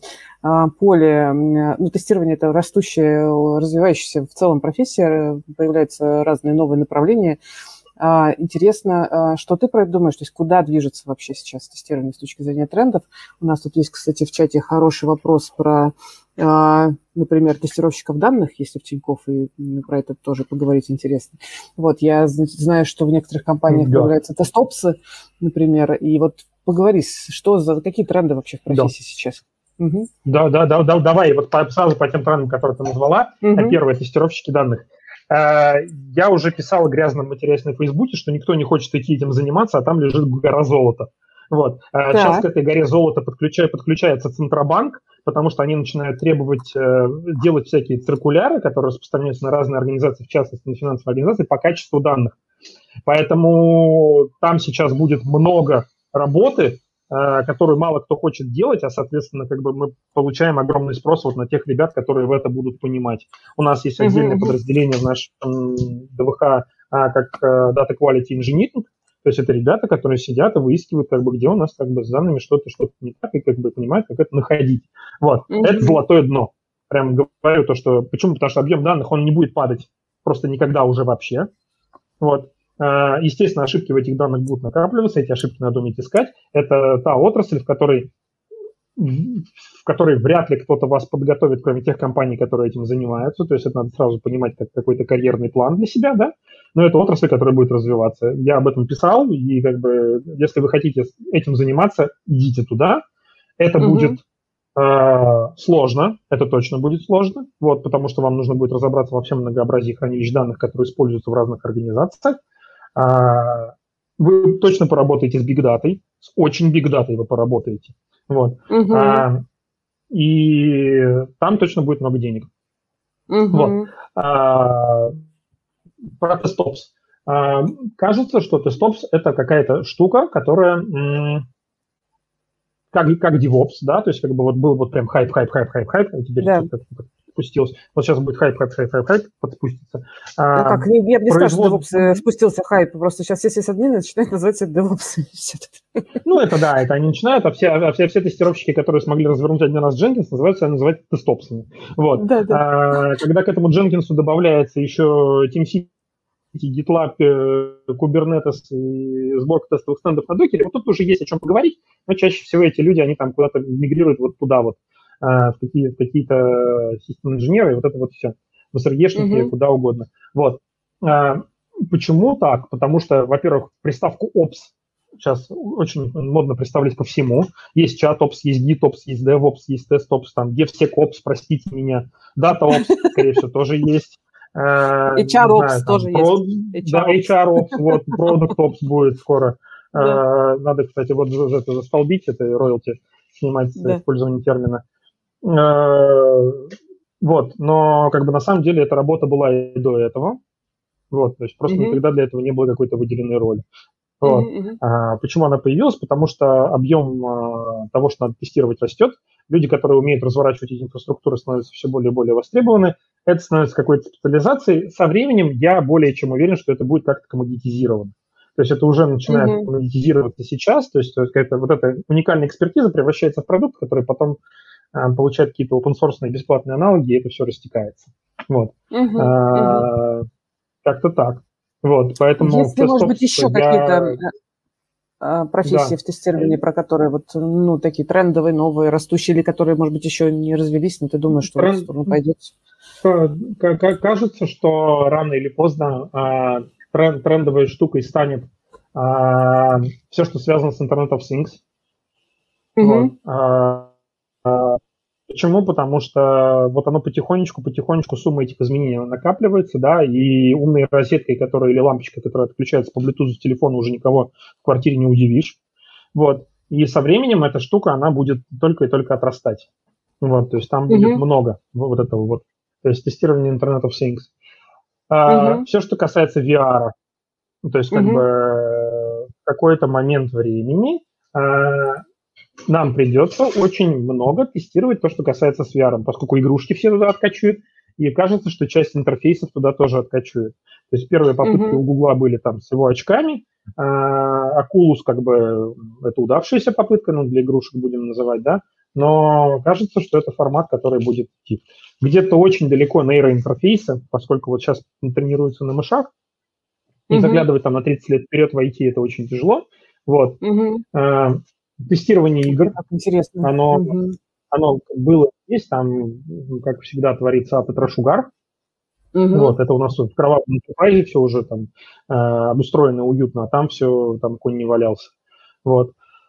поле. Ну, тестирование – это растущая, развивающаяся в целом профессия, появляются разные новые направления. Интересно, что ты про это думаешь, то есть куда движется вообще сейчас тестирование с точки зрения трендов? У нас тут есть, кстати, в чате хороший вопрос про, например, тестировщиков данных, если в Тинькофф, и про это тоже поговорить интересно. Вот, я знаю, что в некоторых компаниях появляются тестопсы, например, и вот поговори, какие тренды вообще в профессии сейчас? Да, давай, вот сразу по тем трендам, которые ты назвала. Первое – тестировщики данных. Я уже писал в грязном материале на Фейсбуке, что никто не хочет идти этим заниматься, а там лежит гора золота. Вот. Сейчас к этой горе золота подключается Центробанк, потому что они начинают требовать делать всякие циркуляры, которые распространяются на разные организации, в частности на финансовые организации, по качеству данных. Поэтому там сейчас будет много работы, которую мало кто хочет делать, а, соответственно, как бы мы получаем огромный спрос вот на тех ребят, которые в это будут понимать. У нас есть отдельное подразделение в нашем ДВХ, как Data Quality Engineering, то есть это ребята, которые сидят и выискивают, как бы, где у нас как бы с данными что-то не так, и как бы понимают, как это находить. Вот, это золотое дно. Прям говорю то, что... Почему? Потому что объем данных, он не будет падать просто никогда уже вообще. Вот. Естественно, ошибки в этих данных будут накапливаться, эти ошибки надо уметь искать. Это та отрасль, в которой вряд ли кто-то вас подготовит, кроме тех компаний, которые этим занимаются. То есть это надо сразу понимать как какой-то карьерный план для себя, да? Но это отрасль, которая будет развиваться. Я об этом писал, и как бы, если вы хотите этим заниматься, идите туда. Это будет сложно, это точно будет сложно, вот, потому что вам нужно будет разобраться во всем многообразии хранилищ данных, которые используются в разных организациях. Вы точно поработаете с бигдатой, с очень бигдатой вы поработаете. Вот. И там точно будет много денег. Вот. Про TestOps. Кажется, что TestOps – это какая-то штука, которая как DevOps, да, то есть как бы вот был вот прям хайп, а теперь как-то спустился. Вот сейчас будет хайп, подспустится. Ну как, я бы не сказал, что DevOps спустился хайп, просто сейчас все админы начинают называть это DevOps. Ну, это да, это они начинают, а все тестировщики, которые смогли развернуть один раз Jenkins, называют тестопсами. Вот. Да. Когда к этому Jenkins добавляется еще TeamCity, GitLab, Kubernetes и сборка тестовых стендов на докере, вот тут уже есть о чем поговорить, но чаще всего эти люди, они там куда-то мигрируют вот туда вот, в какие-то системные инженеры, и вот это вот все, в SRE-шники, куда угодно. Вот. Почему так? Потому что, во-первых, приставку Ops сейчас очень модно представлять ко всему. Есть ChatOps, есть GitOps, есть DevOps, есть TestOps, там DevSecOps, простите меня, DataOps, скорее всего, тоже есть. HROps тоже есть. Да, HROps, вот, ProductOps будет скоро. Надо, кстати, вот это застолбить, это роялти снимать с использованием термина. Вот, но как бы на самом деле эта работа была и до этого. Вот, то есть просто никогда для этого не было какой-то выделенной роли. Вот. Почему она появилась? Потому что объем того, что надо тестировать, растет. Люди, которые умеют разворачивать эти инфраструктуры, становятся все более и более востребованы. Это становится какой-то специализацией. Со временем я более чем уверен, что это будет как-то коммодитизировано. То есть это уже начинает коммодитизироваться сейчас. То есть какая-то вот эта уникальная экспертиза превращается в продукт, который потом получает какие-то open-source бесплатные аналоги, и это все растекается. Вот. Как-то так. Вот, поэтому... Если, может быть, еще какие-то профессии в тестировании, про которые вот, ну, такие трендовые, новые, растущие, или которые, может быть, еще не развелись, но ты думаешь, что в эту сторону пойдет? Кажется, что рано или поздно трендовой штукой станет все, что связано с Internet of Things. Вот. Почему? Потому что вот оно потихонечку сумма этих изменений накапливается, да, и умной розеткой, или лампочкой, которая отключается по Bluetooth с телефона, уже никого в квартире не удивишь. Вот. И со временем эта штука, она будет только и только отрастать. Вот, то есть там будет много вот этого вот. То есть тестирование Internet of Things. Все, что касается VR, то есть как бы в какой-то момент времени нам придется очень много тестировать то, что касается с VR, поскольку игрушки все туда откачуют, и кажется, что часть интерфейсов туда тоже откачуют. То есть первые попытки у Гугла были там с его очками, Oculus как бы это удавшаяся попытка, ну, для игрушек будем называть, да, но кажется, что это формат, который будет идти. Где-то очень далеко нейроинтерфейса, поскольку вот сейчас тренируются на мышах, и заглядывать там на 30 лет вперед в IT это очень тяжело. Вот. Тестирование игр, оно было здесь, там, как всегда, творится апотрошугар. Вот, это у нас в кровавом Enterprise все уже там обустроено уютно, а там все, там конь не валялся. Вот.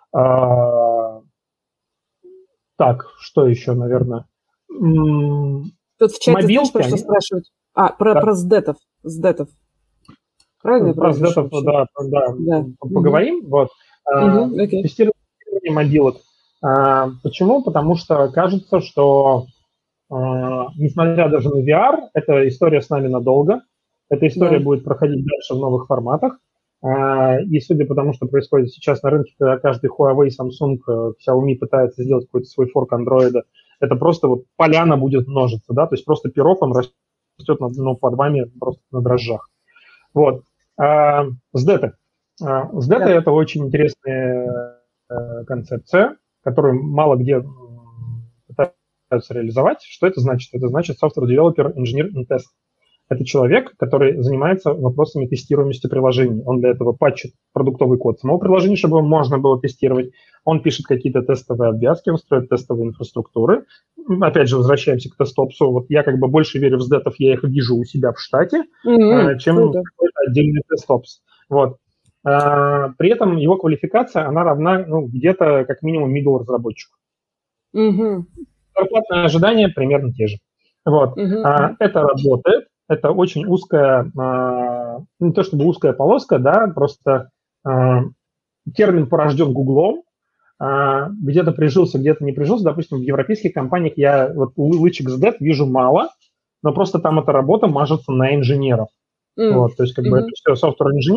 Так, что еще, наверное? Тут в чате, знаешь, про что спрашивают? Про сдетов. Правильно? Про сдетов, да, поговорим. Вот. Тестирование мобилок. Почему? Потому что кажется, что несмотря даже на VR, эта история с нами надолго. Эта история будет проходить дальше в новых форматах. И судя по тому, что происходит сейчас на рынке, когда каждый Huawei, Samsung, Xiaomi пытается сделать какой-то свой форк андроида, это просто вот поляна будет множиться, да, то есть просто пирог, он растет под вами просто на дрожжах. Вот. SDET. SDET это очень интересная концепция, которую мало где пытаются реализовать. Что это значит? Это значит Software Developer Engineer in Test. Это человек, который занимается вопросами тестируемости приложений. Он для этого патчит продуктовый код самого приложения, чтобы его можно было тестировать. Он пишет какие-то тестовые обвязки, он строит тестовые инфраструктуры. Опять же, возвращаемся к тестопсу. Вот я как бы больше верю в сдетов, я их вижу у себя в штате, чем какой-то отдельный тестопс. Вот. При этом его квалификация, она равна где-то как минимум middle разработчику. Зарплатные ожидания примерно те же. Вот. Это работает. Это очень узкая, не то чтобы узкая полоска, да, просто термин порожден Гуглом, где-то прижился, где-то не прижился. Допустим, в европейских компаниях я вот лычек SDET вижу мало, но просто там эта работа мажется на инженеров. Вот, то есть как бы это все software инженер,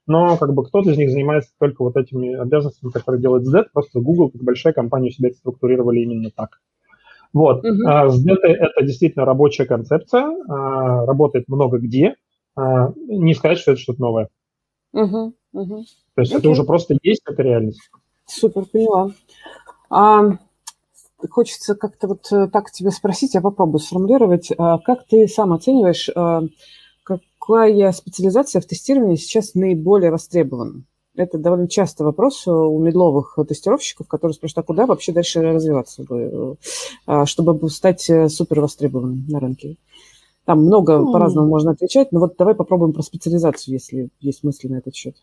но как бы кто-то из них занимается только вот этими обязанностями, которые делает SDET, просто Google, как большая компания, себя структурировали именно так. Вот, SDET – это действительно рабочая концепция, работает много где, не сказать, что это что-то новое. То есть это уже просто есть, это реальность. Супер, поняла. Хочется как-то вот так тебя спросить, я попробую сформулировать. Как ты сам оцениваешь, какая специализация в тестировании сейчас наиболее востребована? Это довольно часто вопрос у медловых тестировщиков, которые спрашивают, а куда вообще дальше развиваться, чтобы стать супер востребованным на рынке? Там много по-разному можно отвечать, но вот давай попробуем про специализацию, если есть мысли на этот счет.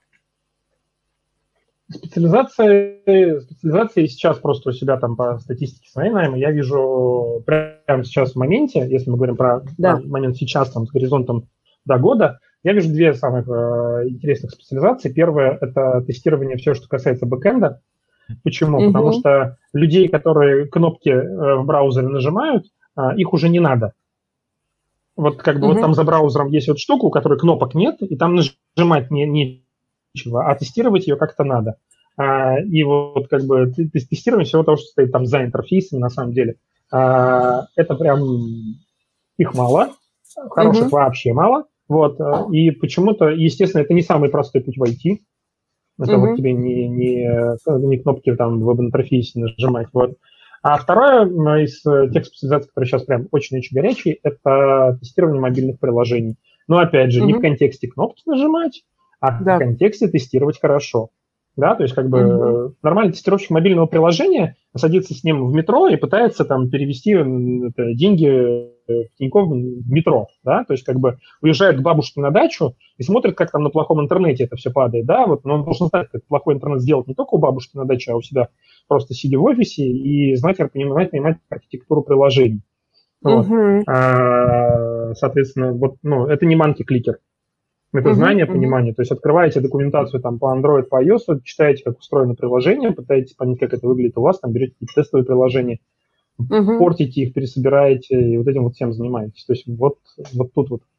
Специализация сейчас просто у себя там по статистике своей найма я вижу прямо сейчас в моменте, если мы говорим про момент сейчас там с горизонтом до года, я вижу две самых интересных специализации. Первая – это тестирование все, что касается бэкэнда. Почему? Потому что людей, которые кнопки в браузере нажимают, их уже не надо. Вот как бы вот там за браузером есть вот штука, у которой кнопок нет, и там нажимать нечего, а тестировать ее как-то надо. И вот как бы тестирование всего того, что стоит там за интерфейсами, на самом деле, это прям их мало, хороших вообще мало. Вот, и почему-то, естественно, это не самый простой путь в IT. Это вот тебе не кнопки там в веб-интерфейсе нажимать. Вот. А второе из тех специализаций, которые сейчас прям очень-очень горячие, это тестирование мобильных приложений. Но опять же, не в контексте кнопки нажимать, а в контексте тестировать хорошо. Да, то есть как бы нормальный тестировщик мобильного приложения садится с ним в метро и пытается там перевести деньги в Тинькофф в метро, да, то есть как бы уезжает к бабушке на дачу и смотрит, как там на плохом интернете это все падает, да, вот, но он должен знать, как плохой интернет сделать не только у бабушки на даче, а у себя просто сидя в офисе и знать, понимать архитектуру приложений. Вот. Соответственно, вот, ну, это не манки-кликер. Это знание, понимание. То есть открываете документацию там по Android, по iOS, читаете, как устроено приложение, пытаетесь понять, как это выглядит у вас, там берете какие-то тестовые приложения, портите их, пересобираете, и вот этим вот всем занимаетесь. То есть вот тут вот.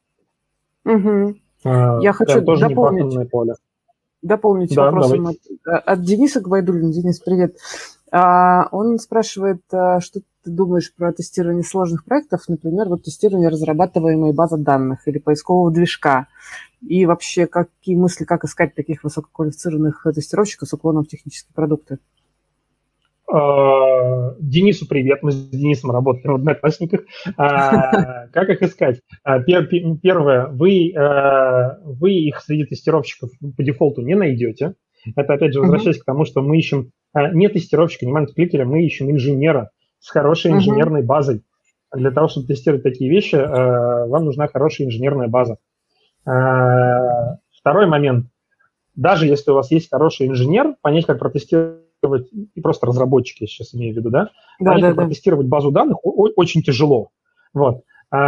Я хочу тоже дополнить вопросом от Дениса Гвайдуллина. Денис, привет. Он спрашивает, что ты думаешь про тестирование сложных проектов, например, вот тестирование разрабатываемой базы данных или поискового движка, и вообще какие мысли, как искать таких высококвалифицированных тестировщиков с уклоном в технические продукты? Денису привет, мы с Денисом работаем в Одноклассниках. Как их искать? Первое, вы их среди тестировщиков по дефолту не найдете. Это, опять же, возвращаясь к тому, что мы ищем не тестировщика, не манки-кликера, мы ищем инженера с хорошей инженерной базой. Для того, чтобы тестировать такие вещи, вам нужна хорошая инженерная база. Второй момент. Даже если у вас есть хороший инженер, понять, как протестировать, и просто разработчики, я сейчас имею в виду, да? Понять, как протестировать базу данных очень тяжело. Вот.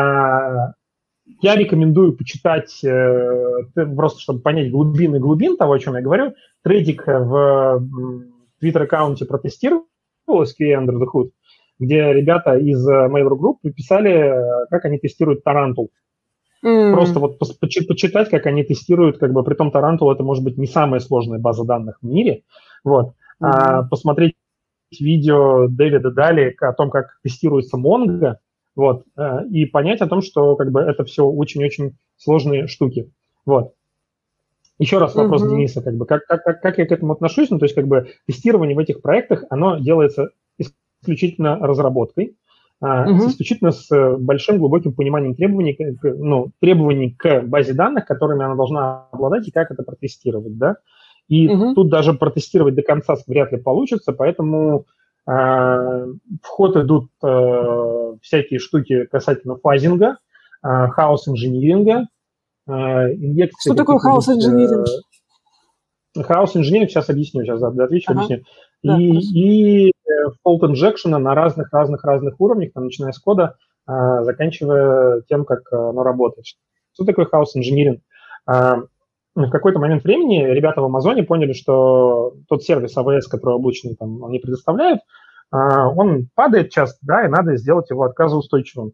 Я рекомендую почитать, просто чтобы понять глубин того, о чем я говорю. Трейдик в Twitter-аккаунте протестировал SQA Under the Hood, где ребята из Mail.ru Group писали, как они тестируют Tarantul. Просто вот почитать, как они тестируют, как бы, притом Tarantul это может быть не самая сложная база данных в мире. Вот. Посмотреть видео Дэвида Дали о том, как тестируется Mongo. Вот, и понять о том, что как бы это все очень-очень сложные штуки. Вот. Еще раз вопрос Дениса, как бы, как я к этому отношусь, ну, то есть как бы тестирование в этих проектах, оно делается исключительно разработкой, исключительно с большим глубоким пониманием требований к базе данных, которыми она должна обладать, и как это протестировать, да. И тут даже протестировать до конца вряд ли получится, поэтому в ход идут всякие штуки касательно фазинга, хаос-инжиниринга, инъекции. Что такое хаос-инжиниринг? Хаос-инжиниринг, сейчас объясню, отвечу. И fault injection на разных уровнях, там, начиная с кода, заканчивая тем, как оно работает. Что такое хаос-инжиниринг? В какой-то момент времени ребята в Амазоне поняли, что тот сервис AWS, который облачный там они предоставляют, он падает часто, да, и надо сделать его отказоустойчивым.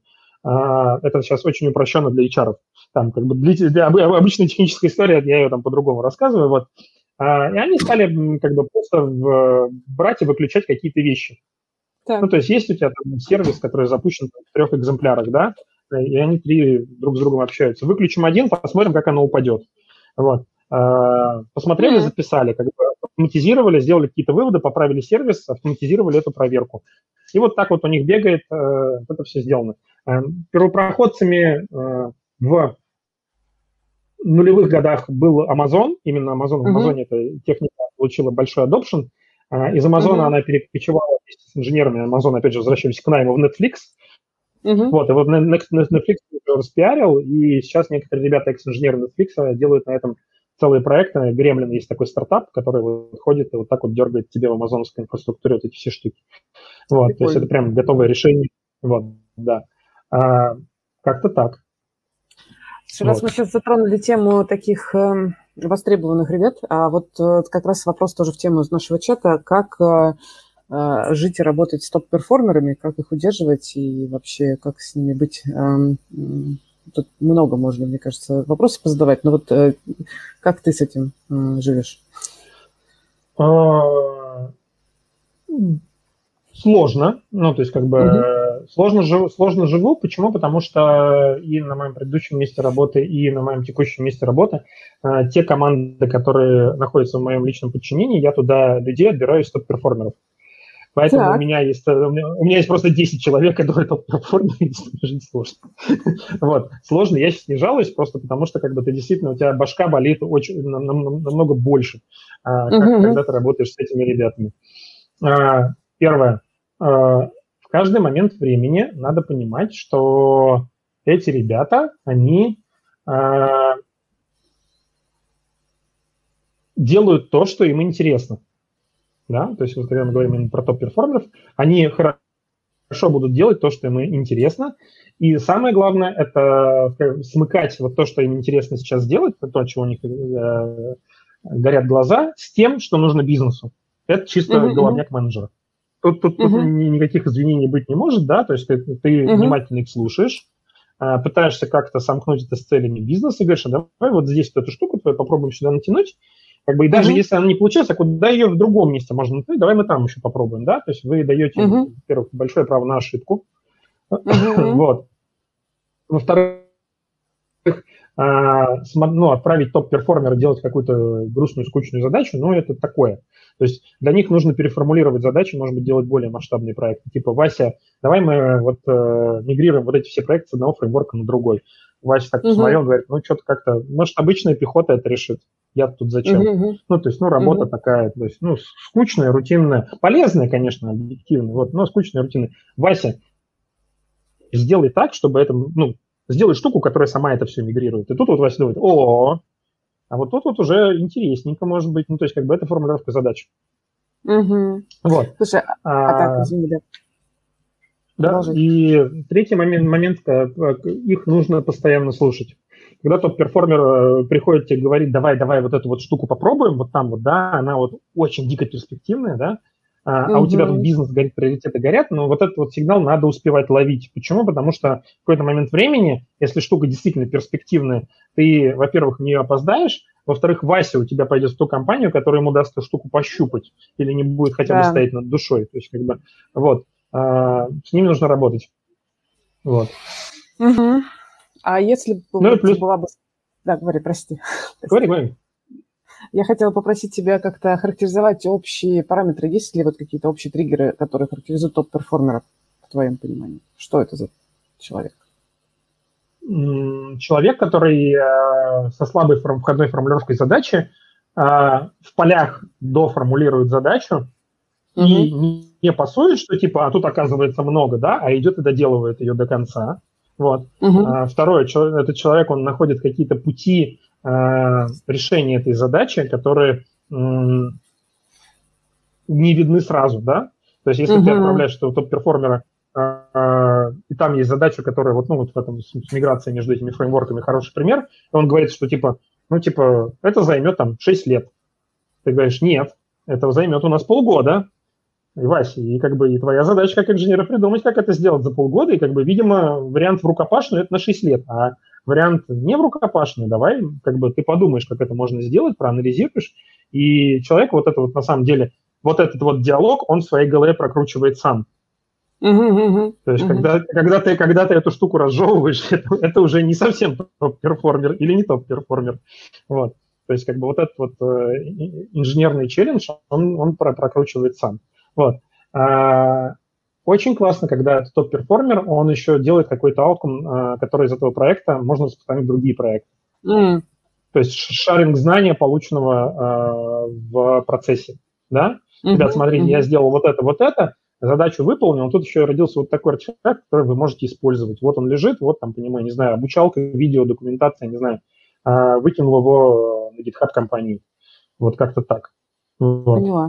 Это сейчас очень упрощенно для HR. Там как бы обычная техническая история, я ее там по-другому рассказываю. Вот. И они стали как бы просто брать и выключать какие-то вещи. Так. Ну, то есть у тебя там сервис, который запущен в 3 экземплярах, да, и они 3 друг с другом общаются. Выключим один, посмотрим, как оно упадет. Вот. Посмотрели, записали, как бы автоматизировали, сделали какие-то выводы, поправили сервис, автоматизировали эту проверку. И вот так вот у них бегает, это все сделано. Первопроходцами в нулевых годах был Amazon, именно Amazon. В Амазоне эта техника получила большой adoption. Из Амазона она перекочевала вместе с инженерами. Амазон, опять же, возвращались к найму в Netflix. Вот, и вот Netflix уже распиарил, и сейчас некоторые ребята, экс-инженеры Netflix, делают на этом целые проекты. Gremlin есть такой стартап, который ходит и вот так вот дергает тебе в амазоновской инфраструктуре вот эти все штуки. Вот, то есть это прям готовое решение. Вот, да. Как-то так. Раз мы сейчас затронули тему таких востребованных ребят, а вот как раз вопрос тоже в тему из нашего чата, как жить и работать с топ-перформерами, как их удерживать и вообще как с ними быть. Тут много можно, мне кажется, вопросов позадавать, но вот как ты с этим живешь? Сложно, ну, то есть как бы сложно живу. Почему? Потому что и на моем предыдущем месте работы, и на моем текущем месте работы те команды, которые находятся в моем личном подчинении, я туда людей отбираю из топ-перформеров. Поэтому у меня есть просто 10 человек, которые топ-перформеры, и с ними жить сложно. Вот. Сложно, я сейчас не жалуюсь, просто потому что как бы ты действительно, у тебя башка болит очень, намного больше, когда ты работаешь с этими ребятами. Первое. В каждый момент времени надо понимать, что эти ребята, они делают то, что им интересно. Да? То есть, вот, когда мы говорим именно про топ-перформеров, они хорошо будут делать то, что им интересно. И самое главное, это смыкать вот то, что им интересно сейчас делать, то, чего у них горят глаза, с тем, что нужно бизнесу. Это чисто головняк менеджера. Тут никаких извинений быть не может, да, то есть ты внимательно их слушаешь, пытаешься как-то сомкнуть это с целями бизнеса, говоришь, давай вот здесь вот эту штуку твою попробуем сюда натянуть, как бы, и даже если она не получилась, а куда ее в другом месте можно натянуть, давай мы там еще попробуем, да, то есть вы даете, во-первых, большое право на ошибку, вот, во-вторых, отправить топ-перформера делать какую-то грустную, скучную задачу, это такое. То есть для них нужно переформулировать задачи, может быть, делать более масштабные проекты. Типа, Вася, давай мы мигрируем вот эти все проекты с одного фреймворка на другой. Вася так посмотрел, говорит, что-то как-то, может, обычная пехота это решит. Я тут зачем? То есть, работа такая, то есть, скучная, рутинная, полезная, конечно, объективно, но скучная, рутинная. Вася, сделай так, чтобы это, сделай штуку, которая сама это все мигрирует. И тут вот Вася думает, а вот тут вот уже интересненько может быть. То есть как бы это формулировка задач. Вот. Слушай, так, извини, да. Да, и третий момент, их нужно постоянно слушать. Когда топ-перформер приходит тебе говорит, давай вот эту вот штуку попробуем, вот там вот, да, она вот очень дико перспективная, да, а у тебя тут бизнес горит, приоритеты горят, но вот этот вот сигнал надо успевать ловить. Почему? Потому что в какой-то момент времени, если штука действительно перспективная, ты, во-первых, в нее опоздаешь, во-вторых, Вася у тебя пойдет в ту компанию, которая ему даст эту штуку пощупать или не будет хотя бы стоять над душой. То есть, как бы, вот, с ними нужно работать. Вот. А если была бы... Да, говори, прости. Говори. Я хотела попросить тебя как-то охарактеризовать общие параметры. Есть ли вот какие-то общие триггеры, которые характеризуют топ-перформеров, в твоем понимании? Что это за человек? Человек, который со слабой входной формулировкой задачи в полях доформулирует задачу и не пасует, что типа, а тут оказывается много, да, а идет и доделывает ее до конца. Вот. Второе, этот человек, он находит какие-то пути решения этой задачи, которые не видны сразу, да? То есть, если ты отправляешь этого топ-перформера, и там есть задача, которая вот в этом с миграцией между этими фреймворками хороший пример, и он говорит, что это займет там 6 лет. Ты говоришь, нет, это займет у нас полгода. Вася, и как бы и твоя задача как инженера придумать, как это сделать за полгода, и как бы, видимо, вариант в рукопашную это на 6 лет, а вариант не в рукопашную, давай как бы ты подумаешь, как это можно сделать, проанализируешь, и человек вот это вот на самом деле, вот этот вот диалог, он в своей голове прокручивает сам. То есть когда ты эту штуку разжевываешь, это уже не совсем топ-перформер или не топ-перформер. Вот. То есть как бы вот этот вот инженерный челлендж, он прокручивает сам. Вот. Очень классно, когда этот топ-перформер, он еще делает какой-то аутком, который из этого проекта можно распространить в другие проекты. То есть шаринг знания, полученного в процессе. Да? Ребят, смотрите, я сделал вот это, задачу выполнил, тут еще родился вот такой артефакт, который вы можете использовать. Вот он лежит, вот там, понимаю, не знаю, обучалка, видео, документация, не знаю, выкинул его на GitHub компании. Вот как-то так. Вот. Поняла.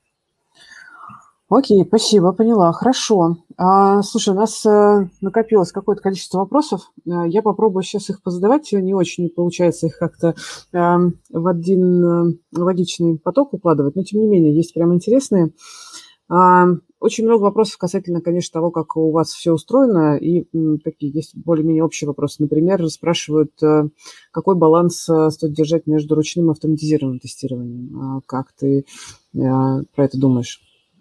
Окей, спасибо, поняла. Хорошо. Слушай, у нас накопилось какое-то количество вопросов. Я попробую сейчас их позадавать. Не очень получается их как-то в один логичный поток укладывать, но тем не менее, есть прям интересные. Очень много вопросов касательно, конечно, того, как у вас все устроено, и такие есть более-менее общие вопросы. Например, спрашивают, какой баланс стоит держать между ручным и автоматизированным тестированием. Как ты про это думаешь?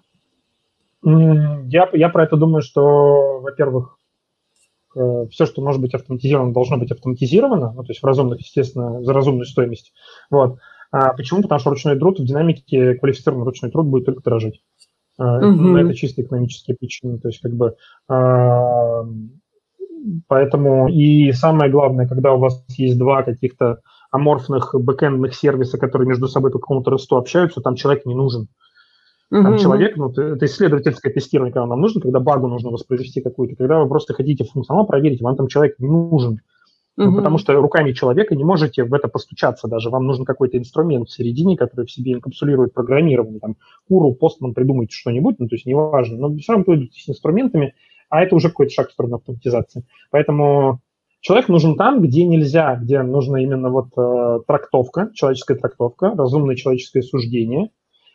Я про это думаю, что, во-первых, все, что может быть автоматизировано, должно быть автоматизировано, ну, то есть в разумных, естественно, за разумную стоимость. Вот. Почему? Потому что ручной труд в динамике, квалифицированный ручной труд будет только дорожать. Это чисто экономические причины. То есть как бы поэтому и самое главное, когда у вас есть два каких-то аморфных бэкэндных сервиса, которые между собой по какому-то росту общаются, там человек не нужен. Там человек, ну, это исследовательское тестирование, когда нам нужно, когда багу нужно воспроизвести какую-то, когда вы просто хотите функционал проверить, вам там человек не нужен. Ну, потому что руками человека не можете в это постучаться даже. Вам нужен какой-то инструмент в середине, который в себе инкапсулирует программирование. Там, Куру, Postman, придумайте что-нибудь, ну, то есть неважно. Но все равно пойдете с инструментами, а это уже какой-то шаг в сторону автоматизации. Поэтому человек нужен там, где нельзя, где нужна именно вот трактовка, человеческая трактовка, разумное человеческое суждение.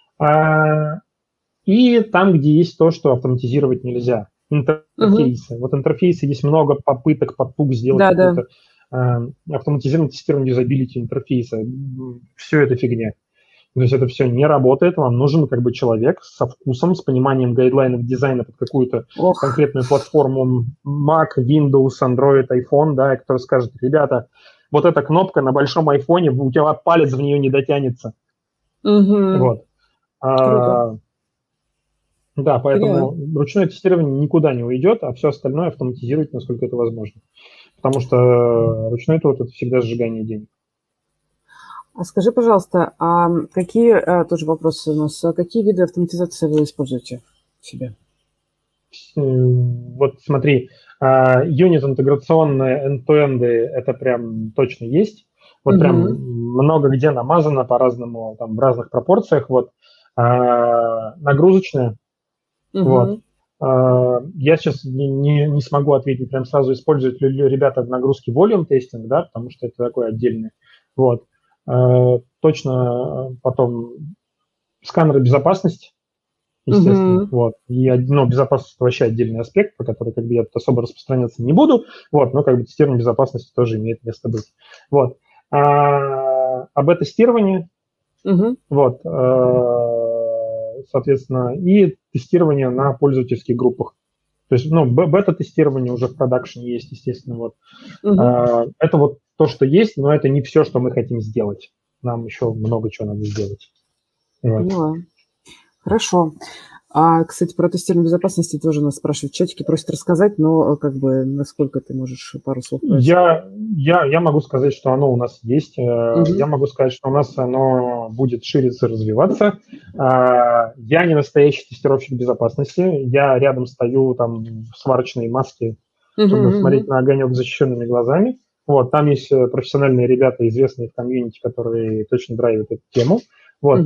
И там, где есть то, что автоматизировать нельзя. Интерфейсы. Вот интерфейсы есть много попыток под сделать какое-то автоматизированное тестирование юзабилити интерфейса. Все это фигня. То есть это все не работает. Вам нужен как бы человек со вкусом, с пониманием гайдлайнов дизайна под какую-то конкретную платформу Mac, Windows, Android, iPhone, да, который скажет, ребята, вот эта кнопка на большом айфоне, у тебя палец в нее не дотянется. Вот. Да, поэтому ручное тестирование никуда не уйдет, а все остальное автоматизировать, насколько это возможно. Потому что ручной труд – это всегда сжигание денег. А скажи, пожалуйста, какие, тоже вопросы у нас, какие виды автоматизации вы используете в себе? Вот смотри, юнит-интеграционные end-to-end это прям точно есть. Вот прям много где намазано по-разному, там, в разных пропорциях. Вот. Нагрузочная. Вот. Я сейчас не смогу ответить прям сразу, используют ли ребята в нагрузке volume тестинг, да, потому что это такое отдельное. Вот. Точно потом сканеры безопасности, естественно. Вот. И безопасность это вообще отдельный аспект, по которому как бы я тут особо распространяться не буду. Вот, но как бы тестирование безопасности тоже имеет место быть. Вот. АБ-тестирование. Вот. Соответственно, и тестирование на пользовательских группах. То есть, бета-тестирование уже в продакшене есть, естественно. Вот. Это вот то, что есть, но это не все, что мы хотим сделать. Нам еще много чего надо сделать. Поняла. Хорошо. Кстати, про тестирование безопасности тоже нас спрашивают в чатике, просят рассказать, но как бы насколько ты можешь пару слов сказать? Я могу сказать, что оно у нас есть. Я могу сказать, что у нас оно будет шириться, развиваться. Я не настоящий тестировщик безопасности. Я рядом стою там в сварочной маске, чтобы смотреть на огонек защищенными глазами. Вот, там есть профессиональные ребята, известные в комьюнити, которые точно драйвят эту тему. Вот.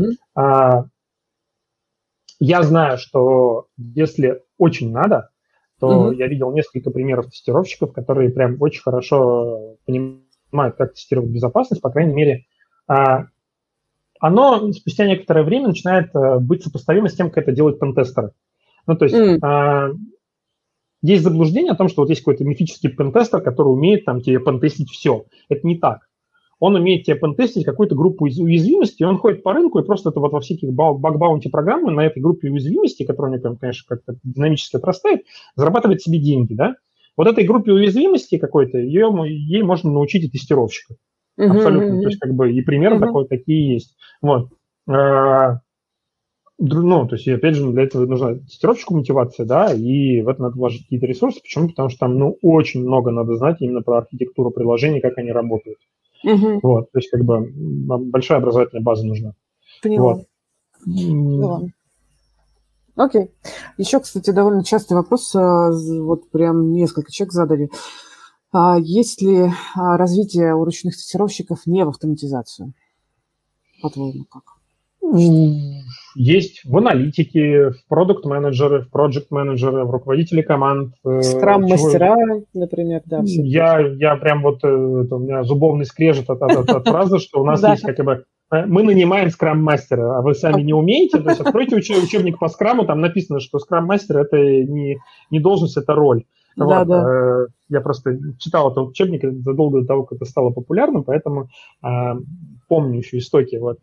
Я знаю, что если очень надо, то я видел несколько примеров тестировщиков, которые прям очень хорошо понимают, как тестировать безопасность, по крайней мере, оно спустя некоторое время начинает быть сопоставимо с тем, как это делают пентестеры. Ну, то есть есть заблуждение о том, что вот есть какой-то мифический пентестер, который умеет там тебе пентестить все. Это не так. Он умеет тебе пентестить какую-то группу уязвимостей, он ходит по рынку и просто это вот во всяких баг-баунти программы на этой группе уязвимостей, которая у него, конечно, как-то динамически отрастает, зарабатывает себе деньги, да? Вот этой группе уязвимостей какой-то, ей можно научить и тестировщика. Абсолютно. То есть как бы и примеры такие есть. Вот. Ну, то есть, опять же, для этого нужна тестировщику мотивация, да, и в это надо вложить какие-то ресурсы. Почему? Потому что там, ну, очень много надо знать именно про архитектуру приложений, как они работают. Вот, то есть, как бы, большая образовательная база нужна. Поняла. Вот. Окей. Еще, кстати, довольно частый вопрос, вот прям несколько человек задали. Есть ли развитие у ручных тестировщиков не в автоматизацию? По-твоему, как? Есть в аналитике, в продукт-менеджеры, в проект-менеджеры, в руководители команд. Скрам-мастера, например, да. Я прям вот, у меня зубовный скрежет от фразы, что у нас есть как бы... Мы нанимаем скрам-мастера, а вы сами не умеете. То есть откройте учебник по скраму, там написано, что скрам-мастер – это не должность, это роль. Вот. Да. Я просто читал этот учебник задолго до того, как это стало популярным, поэтому помню еще истоки. Вот.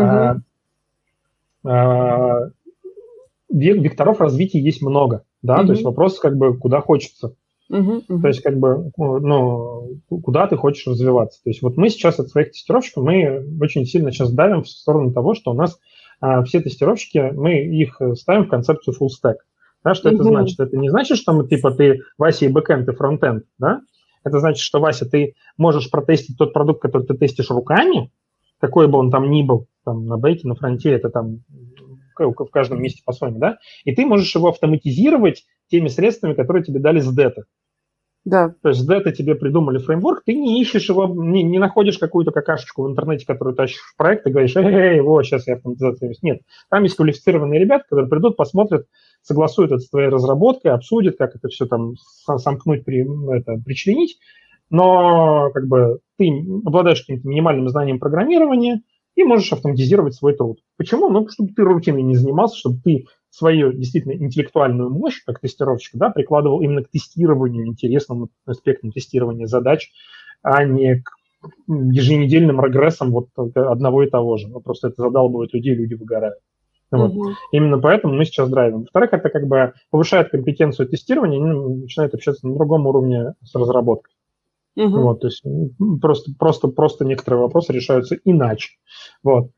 Векторов развития есть много, да, то есть вопрос как бы куда хочется. То есть как бы, ну, куда ты хочешь развиваться. То есть вот мы сейчас от своих тестировщиков, мы очень сильно сейчас давим в сторону того, что у нас все тестировщики, мы их ставим в концепцию full stack. Да, что это значит? Это не значит, что мы, типа, ты, Вася, и бэкэнд, и фронтенд, да? Это значит, что, Вася, ты можешь протестить тот продукт, который ты тестишь руками, какой бы он там ни был, там, на бэке, на фронте, это там в каждом месте по-своему, да? И ты можешь его автоматизировать теми средствами, которые тебе дали с Data. Да. То есть с Data тебе придумали фреймворк, ты не ищешь его, не находишь какую-то какашечку в интернете, которую тащишь в проект, и говоришь, вот, сейчас я автоматизацию. Нет, там есть квалифицированные ребята, которые придут, посмотрят, согласуют это с твоей разработкой, обсудят, как это все там сомкнуть, причленить, но как бы ты обладаешь каким-то минимальным знанием программирования и можешь автоматизировать свой труд. Почему? Ну, чтобы ты рутиной не занимался, чтобы ты свою действительно интеллектуальную мощь, как тестировщик, да, прикладывал именно к тестированию, интересным аспектам тестирования задач, а не к еженедельным регрессам вот одного и того же. Ну, просто это задалбывает людей, люди выгорают. Вот. Именно поэтому мы сейчас драйвим. Во-вторых, это как бы повышает компетенцию тестирования, они начинают общаться на другом уровне с разработкой. Вот, то есть просто некоторые вопросы решаются иначе. Вот.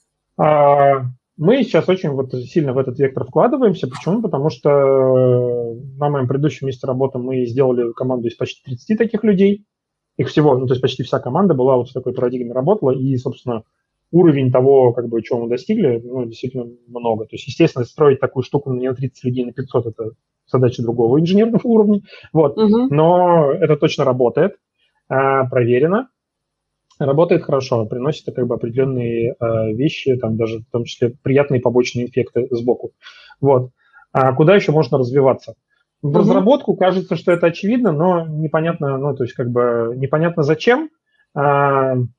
Мы сейчас очень вот сильно в этот вектор вкладываемся. Почему? Потому что на моем предыдущем месте работы мы сделали команду из почти 30 таких людей. Их всего, ну, то есть почти вся команда была вот в такой парадигме работала, и, собственно, уровень того, как бы, чего мы достигли, ну, действительно много. То есть, естественно, строить такую штуку не на 30 людей, на 500 – это задача другого инженерного уровня. Вот. Но это точно работает, проверено. Работает хорошо, приносит как бы определенные вещи, там даже в том числе приятные побочные эффекты сбоку. Вот. А куда еще можно развиваться? В разработку кажется, что это очевидно, но непонятно, ну, то есть как бы непонятно зачем, потому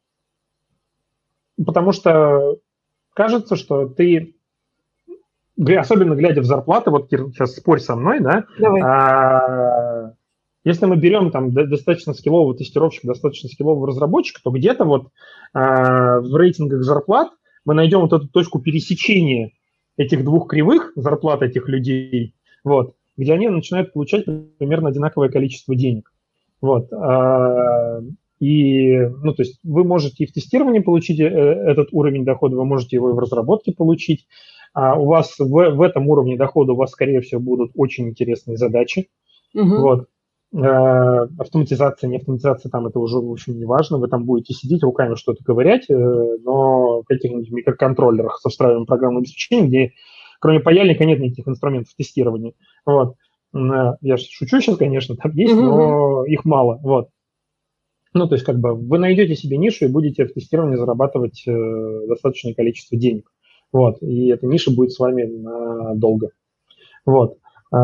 что кажется, что ты, особенно глядя в зарплаты, вот сейчас спорь со мной, да, если мы берем там достаточно скиллового тестировщика, достаточно скиллового разработчика, то где-то вот в рейтингах зарплат мы найдем вот эту точку пересечения этих двух кривых зарплат этих людей, вот, где они начинают получать примерно одинаковое количество денег. Вот. И, ну, то есть вы можете и в тестировании получить этот уровень дохода, вы можете его и в разработке получить. У вас в этом уровне дохода у вас, скорее всего, будут очень интересные задачи. Вот. Автоматизация, не автоматизация, там это уже, в общем, не важно. Вы там будете сидеть руками что-то ковырять, но в каких-нибудь микроконтроллерах со встраиваемым программным обеспечением, где кроме паяльника нет никаких инструментов тестирования. Вот. Я шучу сейчас, конечно, там есть, но их мало. Вот. Ну, то есть, как бы, вы найдете себе нишу и будете в тестировании зарабатывать достаточное количество денег. Вот. И эта ниша будет с вами надолго. Вот.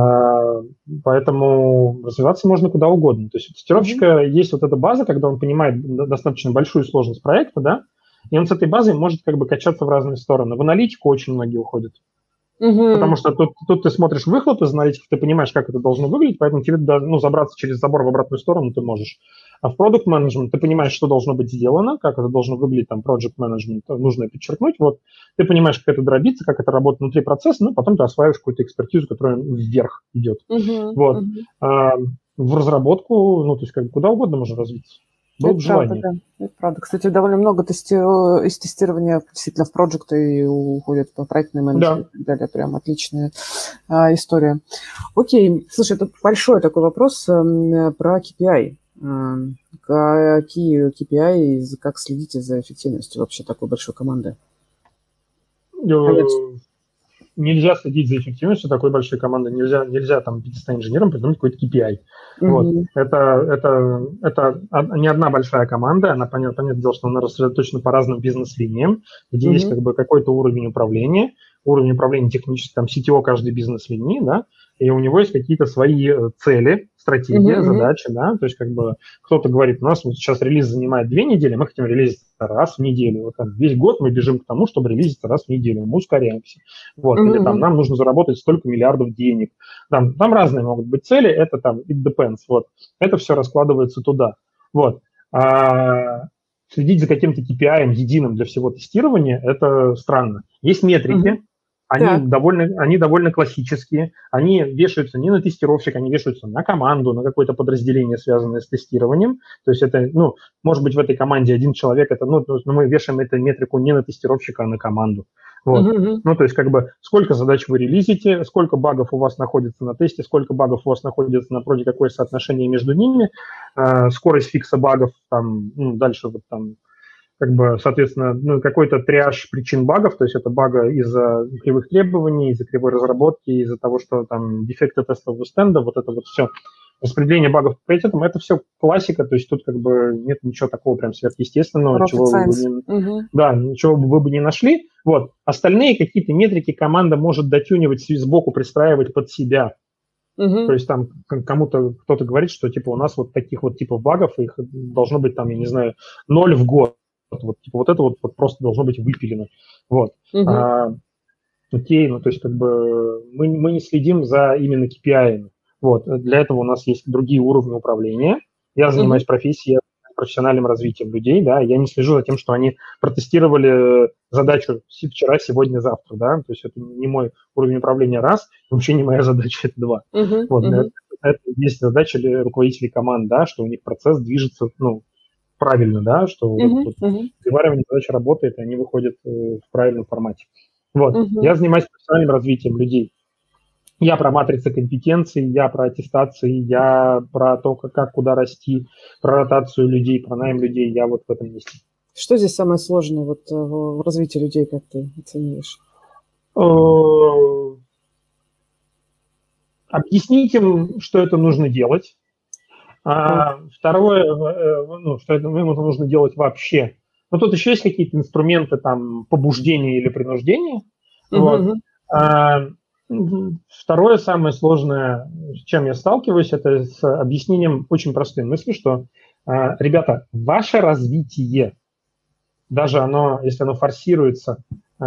Поэтому развиваться можно куда угодно. То есть у тестировщика есть вот эта база, когда он понимает достаточно большую сложность проекта, да, и он с этой базой может как бы качаться в разные стороны. В аналитику очень многие уходят. Потому что тут ты смотришь выхлоп из аналитики, ты понимаешь, как это должно выглядеть, поэтому тебе даже, забраться через забор в обратную сторону ты можешь. А в продукт менеджмент ты понимаешь, что должно быть сделано, как это должно выглядеть, там, project management, нужно подчеркнуть, вот, ты понимаешь, как это дробится, как это работает внутри процесса, потом ты осваиваешь какую-то экспертизу, которая вверх идет. Вот. В разработку, то есть, как куда угодно можно развиться. Было бы желание. Правда, да. Это правда. Кстати, довольно много из тестирования действительно в проекты уходят по проектной менеджмент и так далее. Прям отличная история. Окей. Слушай, тут большой такой вопрос про KPI. Какие KPI, как следите за эффективностью вообще такой большой команды? Нельзя следить за эффективностью такой большой команды, нельзя там 500 инженерам придумать какой-то KPI. Вот. Это не одна большая команда, она, понятное дело, что она рассредоточена по разным бизнес-линиям, где есть как бы какой-то уровень управления технический, там CTO каждой бизнес-линии, да, и у него есть какие-то свои цели, стратегия, задачи, да, то есть как бы кто-то говорит, у нас вот сейчас релиз занимает 2 недели, мы хотим релизиться раз в неделю, вот там весь год мы бежим к тому, чтобы релизиться раз в неделю, мы ускоряемся, вот, или там нам нужно заработать столько миллиардов денег, там разные могут быть цели, это там it depends, вот, это все раскладывается туда, вот, следить за каким-то KPI единым для всего тестирования, это странно. Есть метрики, они довольно классические, они вешаются не на тестировщика, они вешаются на команду, на какое-то подразделение, связанное с тестированием. То есть это, может быть, в этой команде один человек, мы вешаем эту метрику не на тестировщика, а на команду. Вот. То есть как бы сколько задач вы релизите, сколько багов у вас находится на тесте, сколько багов у вас находится на проде, какое соотношение между ними, скорость фикса багов, там, дальше вот там, как бы, соответственно, какой-то триаж причин багов, то есть это бага из-за кривых требований, из-за кривой разработки, из-за того, что там дефекты тестового стенда, вот это вот все. Распределение багов по приоритетам, это все классика, то есть тут как бы нет ничего такого прям сверхъестественного, чего вы бы не нашли. Вот. Остальные какие-то метрики команда может дотюнивать сбоку, пристраивать под себя. То есть там кто-то говорит, что типа у нас вот таких вот типов багов, их должно быть там, я не знаю, 0 в год. Вот, типа, вот это вот просто должно быть выпилено. Вот. Окей, то есть как бы мы не следим за именно KPI-ами. Вот. Для этого у нас есть другие уровни управления. Я занимаюсь профессией, профессиональным развитием людей, да, я не слежу за тем, что они протестировали задачу вчера, сегодня, завтра, да, то есть это не мой уровень управления раз, вообще не моя задача, это два. Это есть задача руководителей команд, да, что у них процесс движется, правильно, да, что приваривание задачи работает, и они выходят в правильном формате. Вот. Я занимаюсь профессиональным развитием людей. Я про матрицы компетенций, я про аттестации, я про то, как куда расти, про ротацию людей, про найм людей, я вот в этом месте. Что здесь самое сложное вот в развитии людей, как ты оцениваешь? Объяснить им, что это нужно делать. Второе, что им это нужно делать вообще. Но тут еще есть какие-то инструменты там побуждения или принуждения. Вот. Второе, самое сложное, с чем я сталкиваюсь, это с объяснением очень простой мысли, что, ребята, ваше развитие, даже если оно форсируется,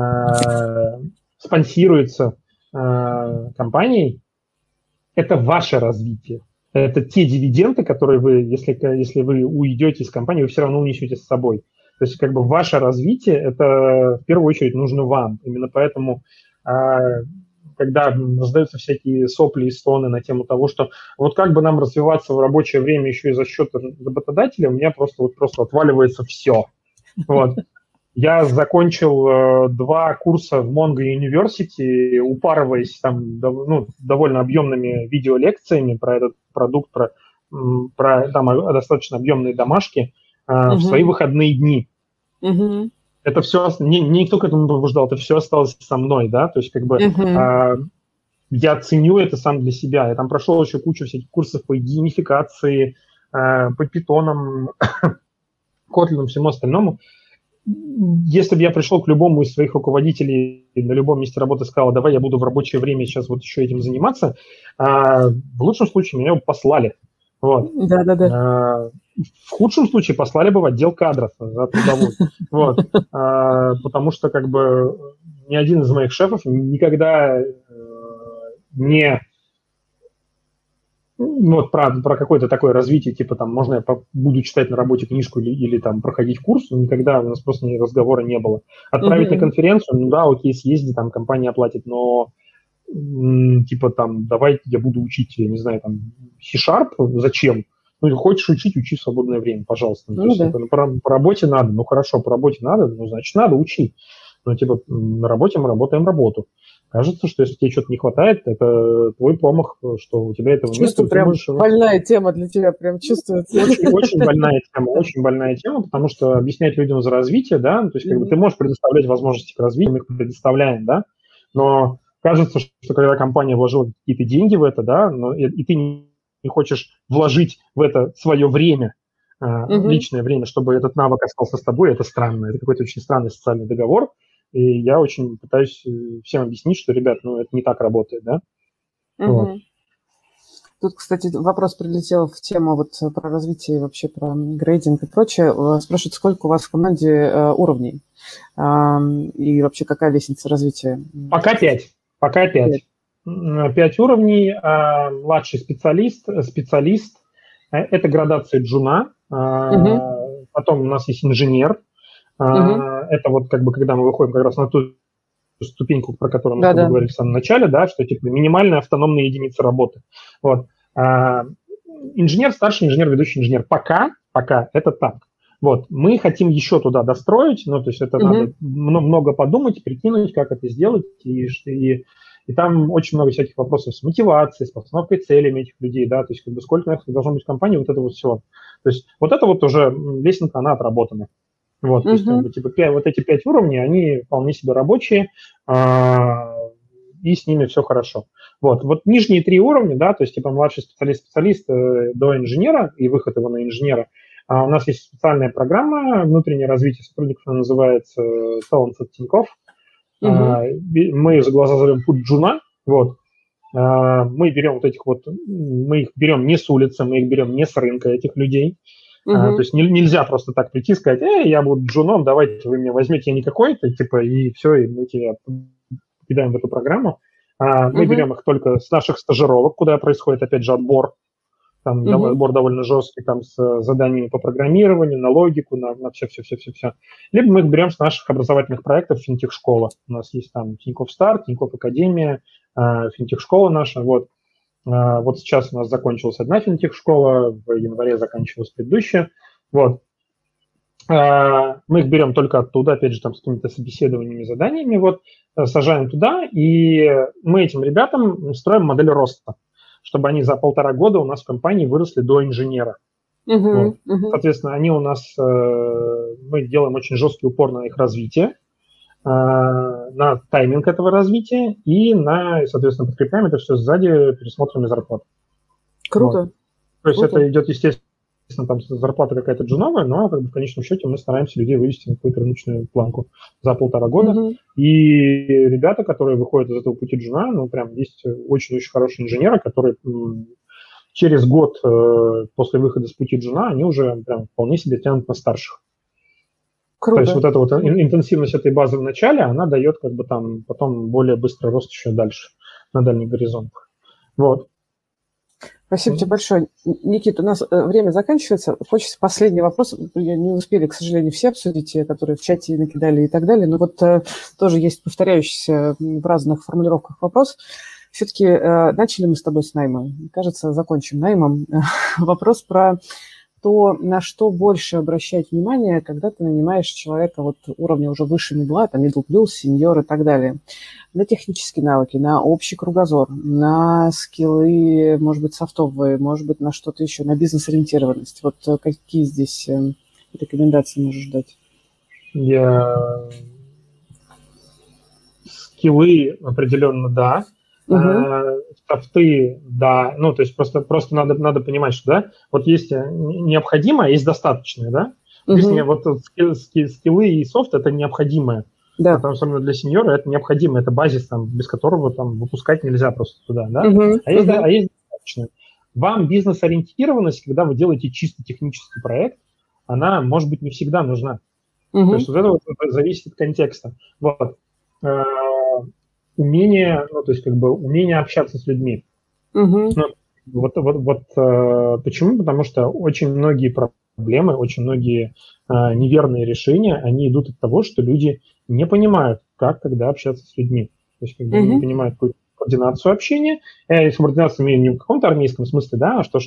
спонсируется компанией, это ваше развитие. Это те дивиденды, которые вы, если вы уйдете из компании, вы все равно унесете с собой. То есть как бы ваше развитие, это в первую очередь нужно вам. Именно поэтому, когда раздаются всякие сопли и стоны на тему того, что вот как бы нам развиваться в рабочее время еще и за счет работодателя, у меня просто отваливается все. Вот. Я закончил 2 курса в Mongo University, упарываясь там довольно объемными видеолекциями про этот продукт, про там достаточно объемные домашки в свои выходные дни. Это все, никто к этому не побуждал, это все осталось со мной, да, то есть как бы я ценю это сам для себя. Я там прошел еще кучу всяких курсов по геймификации, по питонам, Kotlin, всему остальному. Если бы я пришел к любому из своих руководителей на любом месте работы и сказал, давай я буду в рабочее время сейчас вот еще этим заниматься, в лучшем случае меня бы послали. Вот. Да. В худшем случае послали бы в отдел кадров за трудовую. Вот. Потому что как бы ни один из моих шефов никогда не... Вот про какое-то такое развитие, типа там, можно я буду читать на работе книжку или там проходить курс, никогда у нас просто разговора не было. Отправить на конференцию, ну да, окей, съезди, там компания оплатит, но типа там, давай я буду учить, я не знаю, там, C-Sharp, зачем? Ну, хочешь учить, учи в свободное время, пожалуйста. То есть, по работе надо, ну хорошо, по работе надо, ну значит надо, учи. Ну, типа, на работе мы работаем работу. Кажется, что если тебе что-то не хватает, это твой промах, что у тебя этого нет. Чувствую, прям больная тема для тебя, прям чувствуется. Очень больная тема, потому что объяснять людям за развитие, да, то есть как бы ты можешь предоставлять возможности к развитию, мы их предоставляем, да, но кажется, что когда компания вложила какие-то деньги в это, да, и ты не хочешь вложить в это свое время, личное время, чтобы этот навык остался с тобой, это странно, это какой-то очень странный социальный договор. И я очень пытаюсь всем объяснить, что, ребят, ну, это не так работает, да? Вот. Тут, кстати, вопрос прилетел в тему вот про развитие, вообще про грейдинг и прочее. Спрашивают, сколько у вас в команде уровней? И вообще какая лестница развития? Пока 5. 5 уровней. Младший специалист. Это градация джуна. Потом у нас есть инженер. Это вот как бы, когда мы выходим как раз на ту ступеньку, про которую мы говорили в самом начале, да, что типа минимальная автономная единица работы. Вот. Инженер, старший инженер, ведущий инженер. Пока это так. Вот. Мы хотим еще туда достроить, ну, то есть это надо много подумать, прикинуть, как это сделать, и там очень много всяких вопросов с мотивацией, с постановкой целями этих людей, да, то есть как бы сколько должно быть в компании, вот это вот все. То есть вот это вот уже лестница, она отработана. Вот, то есть, как бы, типа, вот эти 5 уровней, они вполне себе рабочие, и с ними все хорошо. Вот нижние 3 уровня, да, то есть, типа, младший специалист до инженера и выход его на инженера. У нас есть специальная программа внутреннее развитие сотрудников, она называется Talents at Тинькофф. Мы ее за глаза зовем путь джуна, вот. Мы берем мы их берем не с улицы, мы их берем не с рынка, этих людей. То есть нельзя просто так прийти и сказать, я буду джуном, давайте вы меня возьмете, я не какой-то, типа, и все, и мы тебя кидаем в эту программу. Мы берем их только с наших стажировок, куда происходит, опять же, отбор. Там отбор довольно жесткий, там с заданиями по программированию, на логику, на все. Либо мы их берем с наших образовательных проектов финтех-школа. У нас есть там Тинькофф Старт, Тинькофф Академия, финтех-школа наша, вот. Вот сейчас у нас закончилась одна финтех-школа, в январе заканчивалась предыдущая. Вот. Мы их берем только оттуда, опять же, там с какими-то собеседованиями, заданиями, вот, сажаем туда, и мы этим ребятам строим модель роста, чтобы они за 1,5 года у нас в компании выросли до инженера. Вот. Соответственно, они у нас, мы делаем очень жесткий упор на их развитие, на тайминг этого развития и соответственно, подкрепляем это все сзади пересмотрами зарплат. Круто. Вот. То есть это идет, естественно, там зарплата какая-то джуновая, но как бы в конечном счете мы стараемся людей вывести на какую-то рыночную планку за 1,5 года. И ребята, которые выходят из этого пути джуна, ну, прям есть очень-очень хорошие инженеры, которые через год после выхода с пути джуна, они уже прям вполне себе тянут на старших. Круто. То есть вот эта вот интенсивность этой базы в начале, она дает как бы там потом более быстрый рост еще дальше, на дальних горизонтах. Вот. Спасибо тебе большое. Никита, у нас время заканчивается. Хочется последний вопрос. Я не успели, к сожалению, все обсудить, те, которые в чате накидали и так далее. Но вот тоже есть повторяющийся в разных формулировках вопрос. Все-таки начали мы с тобой с найма. Кажется, закончим наймом. Вопрос про то, на что больше обращать внимание, когда ты нанимаешь человека вот уровня уже выше мидла, там middle plus, сеньор и так далее. На технические навыки, на общий кругозор, на скиллы, может быть, софтовые, может быть, на что-то еще, на бизнес-ориентированность. Вот какие здесь рекомендации можешь дать? Скиллы определенно, да. Софты, да, ну, то есть просто надо понимать, что, да, вот есть необходимое, есть достаточное, да, если вот скиллы и софт – это необходимое, да. Потому что особенно для сеньора это необходимо, это базис, там, без которого там выпускать нельзя просто туда, да, а есть достаточное. вам бизнес-ориентированность, когда вы делаете чисто технический проект, она, может быть, не всегда нужна. То есть вот это вот зависит от контекста. Вот. Умение, ну, то есть как бы умение общаться с людьми. Ну, почему? Потому что очень многие проблемы, очень многие неверные решения, они идут от того, что люди не понимают, как, когда общаться с людьми. То есть, когда они не понимают какую-то координацию общения, я координацию имею не в каком-то армейском смысле, да, а что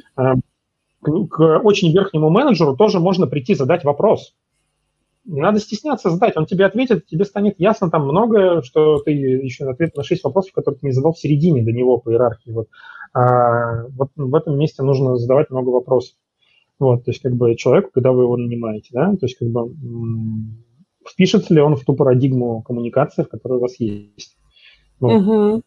к очень верхнему менеджеру тоже можно прийти задать вопрос. Не надо стесняться задать, он тебе ответит, тебе станет ясно там многое, что ты еще ответ на 6 вопросов, которые ты не задал в середине до него по иерархии. Вот в этом месте нужно задавать много вопросов. Вот, то есть как бы человеку, когда вы его нанимаете, да, то есть как бы впишется ли он в ту парадигму коммуникации, в которой у вас есть. Вот.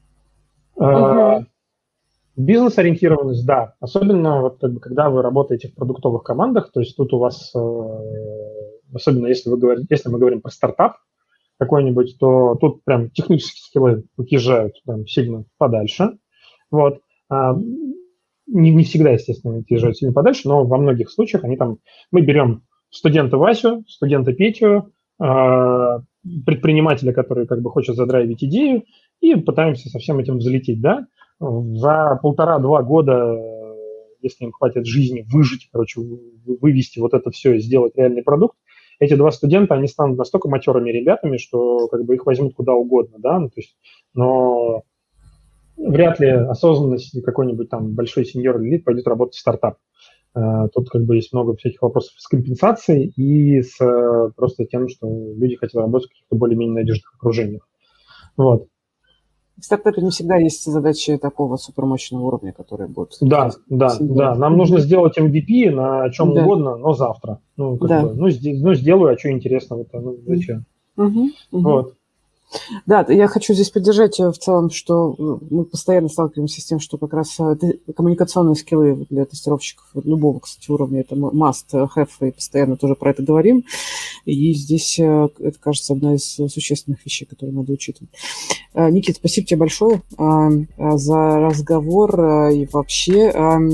Бизнес-ориентированность, да, особенно вот, как бы, когда вы работаете в продуктовых командах, то есть тут у вас, особенно если мы говорим про стартап какой-нибудь, то тут прям технические скиллы уезжают прям сильно подальше. Вот. Не всегда, естественно, уезжают сильно подальше, но во многих случаях мы берем студента Васю, студента Петю, предпринимателя, который как бы хочет задрайвить идею, и пытаемся со всем этим взлететь, да. За 1,5-2 года, если им хватит жизни, выжить, вывести вот это все и сделать реальный продукт, эти 2 студента, они станут настолько матерыми ребятами, что как бы их возьмут куда угодно, да, но вряд ли осознанность какой-нибудь там большой сеньор или лид пойдет работать в стартап. Тут как бы есть много всяких вопросов с компенсацией и с просто тем, что люди хотят работать в каких-то более-менее надежных окружениях. Вот. В стартапе не всегда есть задачи такого супермощного уровня, которые будут... Да. Нам нужно сделать MVP на чем угодно, но завтра. Сделаю, а что интересного? Зачем? Вот. Да, я хочу здесь поддержать в целом, что мы постоянно сталкиваемся с тем, что как раз коммуникационные скиллы для тестировщиков любого, кстати, уровня, это must have, и постоянно тоже про это говорим. И здесь это, кажется, одна из существенных вещей, которые надо учитывать. Никит, спасибо тебе большое за разговор и вообще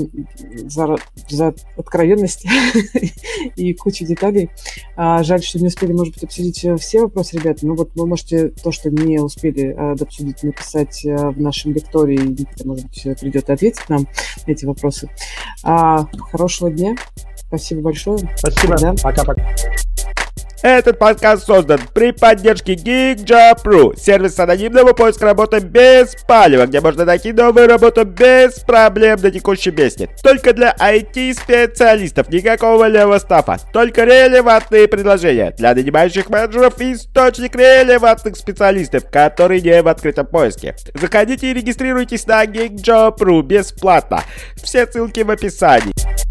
за откровенность и кучу деталей. Жаль, что не успели, может быть, обсудить все вопросы, ребята, но вот вы можете то, что не успели обсудить, написать в нашем лектории, и Никита, может быть, придет и ответит нам на эти вопросы. Хорошего дня. Спасибо большое. Спасибо. Да. Пока-пока. Этот подкаст создан при поддержке GeekJob.ru, сервис анонимного поиска работы без палева, где можно найти новую работу без проблем на текущем месте. Только для IT-специалистов, никакого левого стафа, только релевантные предложения для нанимающих менеджеров и источник релевантных специалистов, которые не в открытом поиске. Заходите и регистрируйтесь на GeekJob.ru бесплатно. Все ссылки в описании.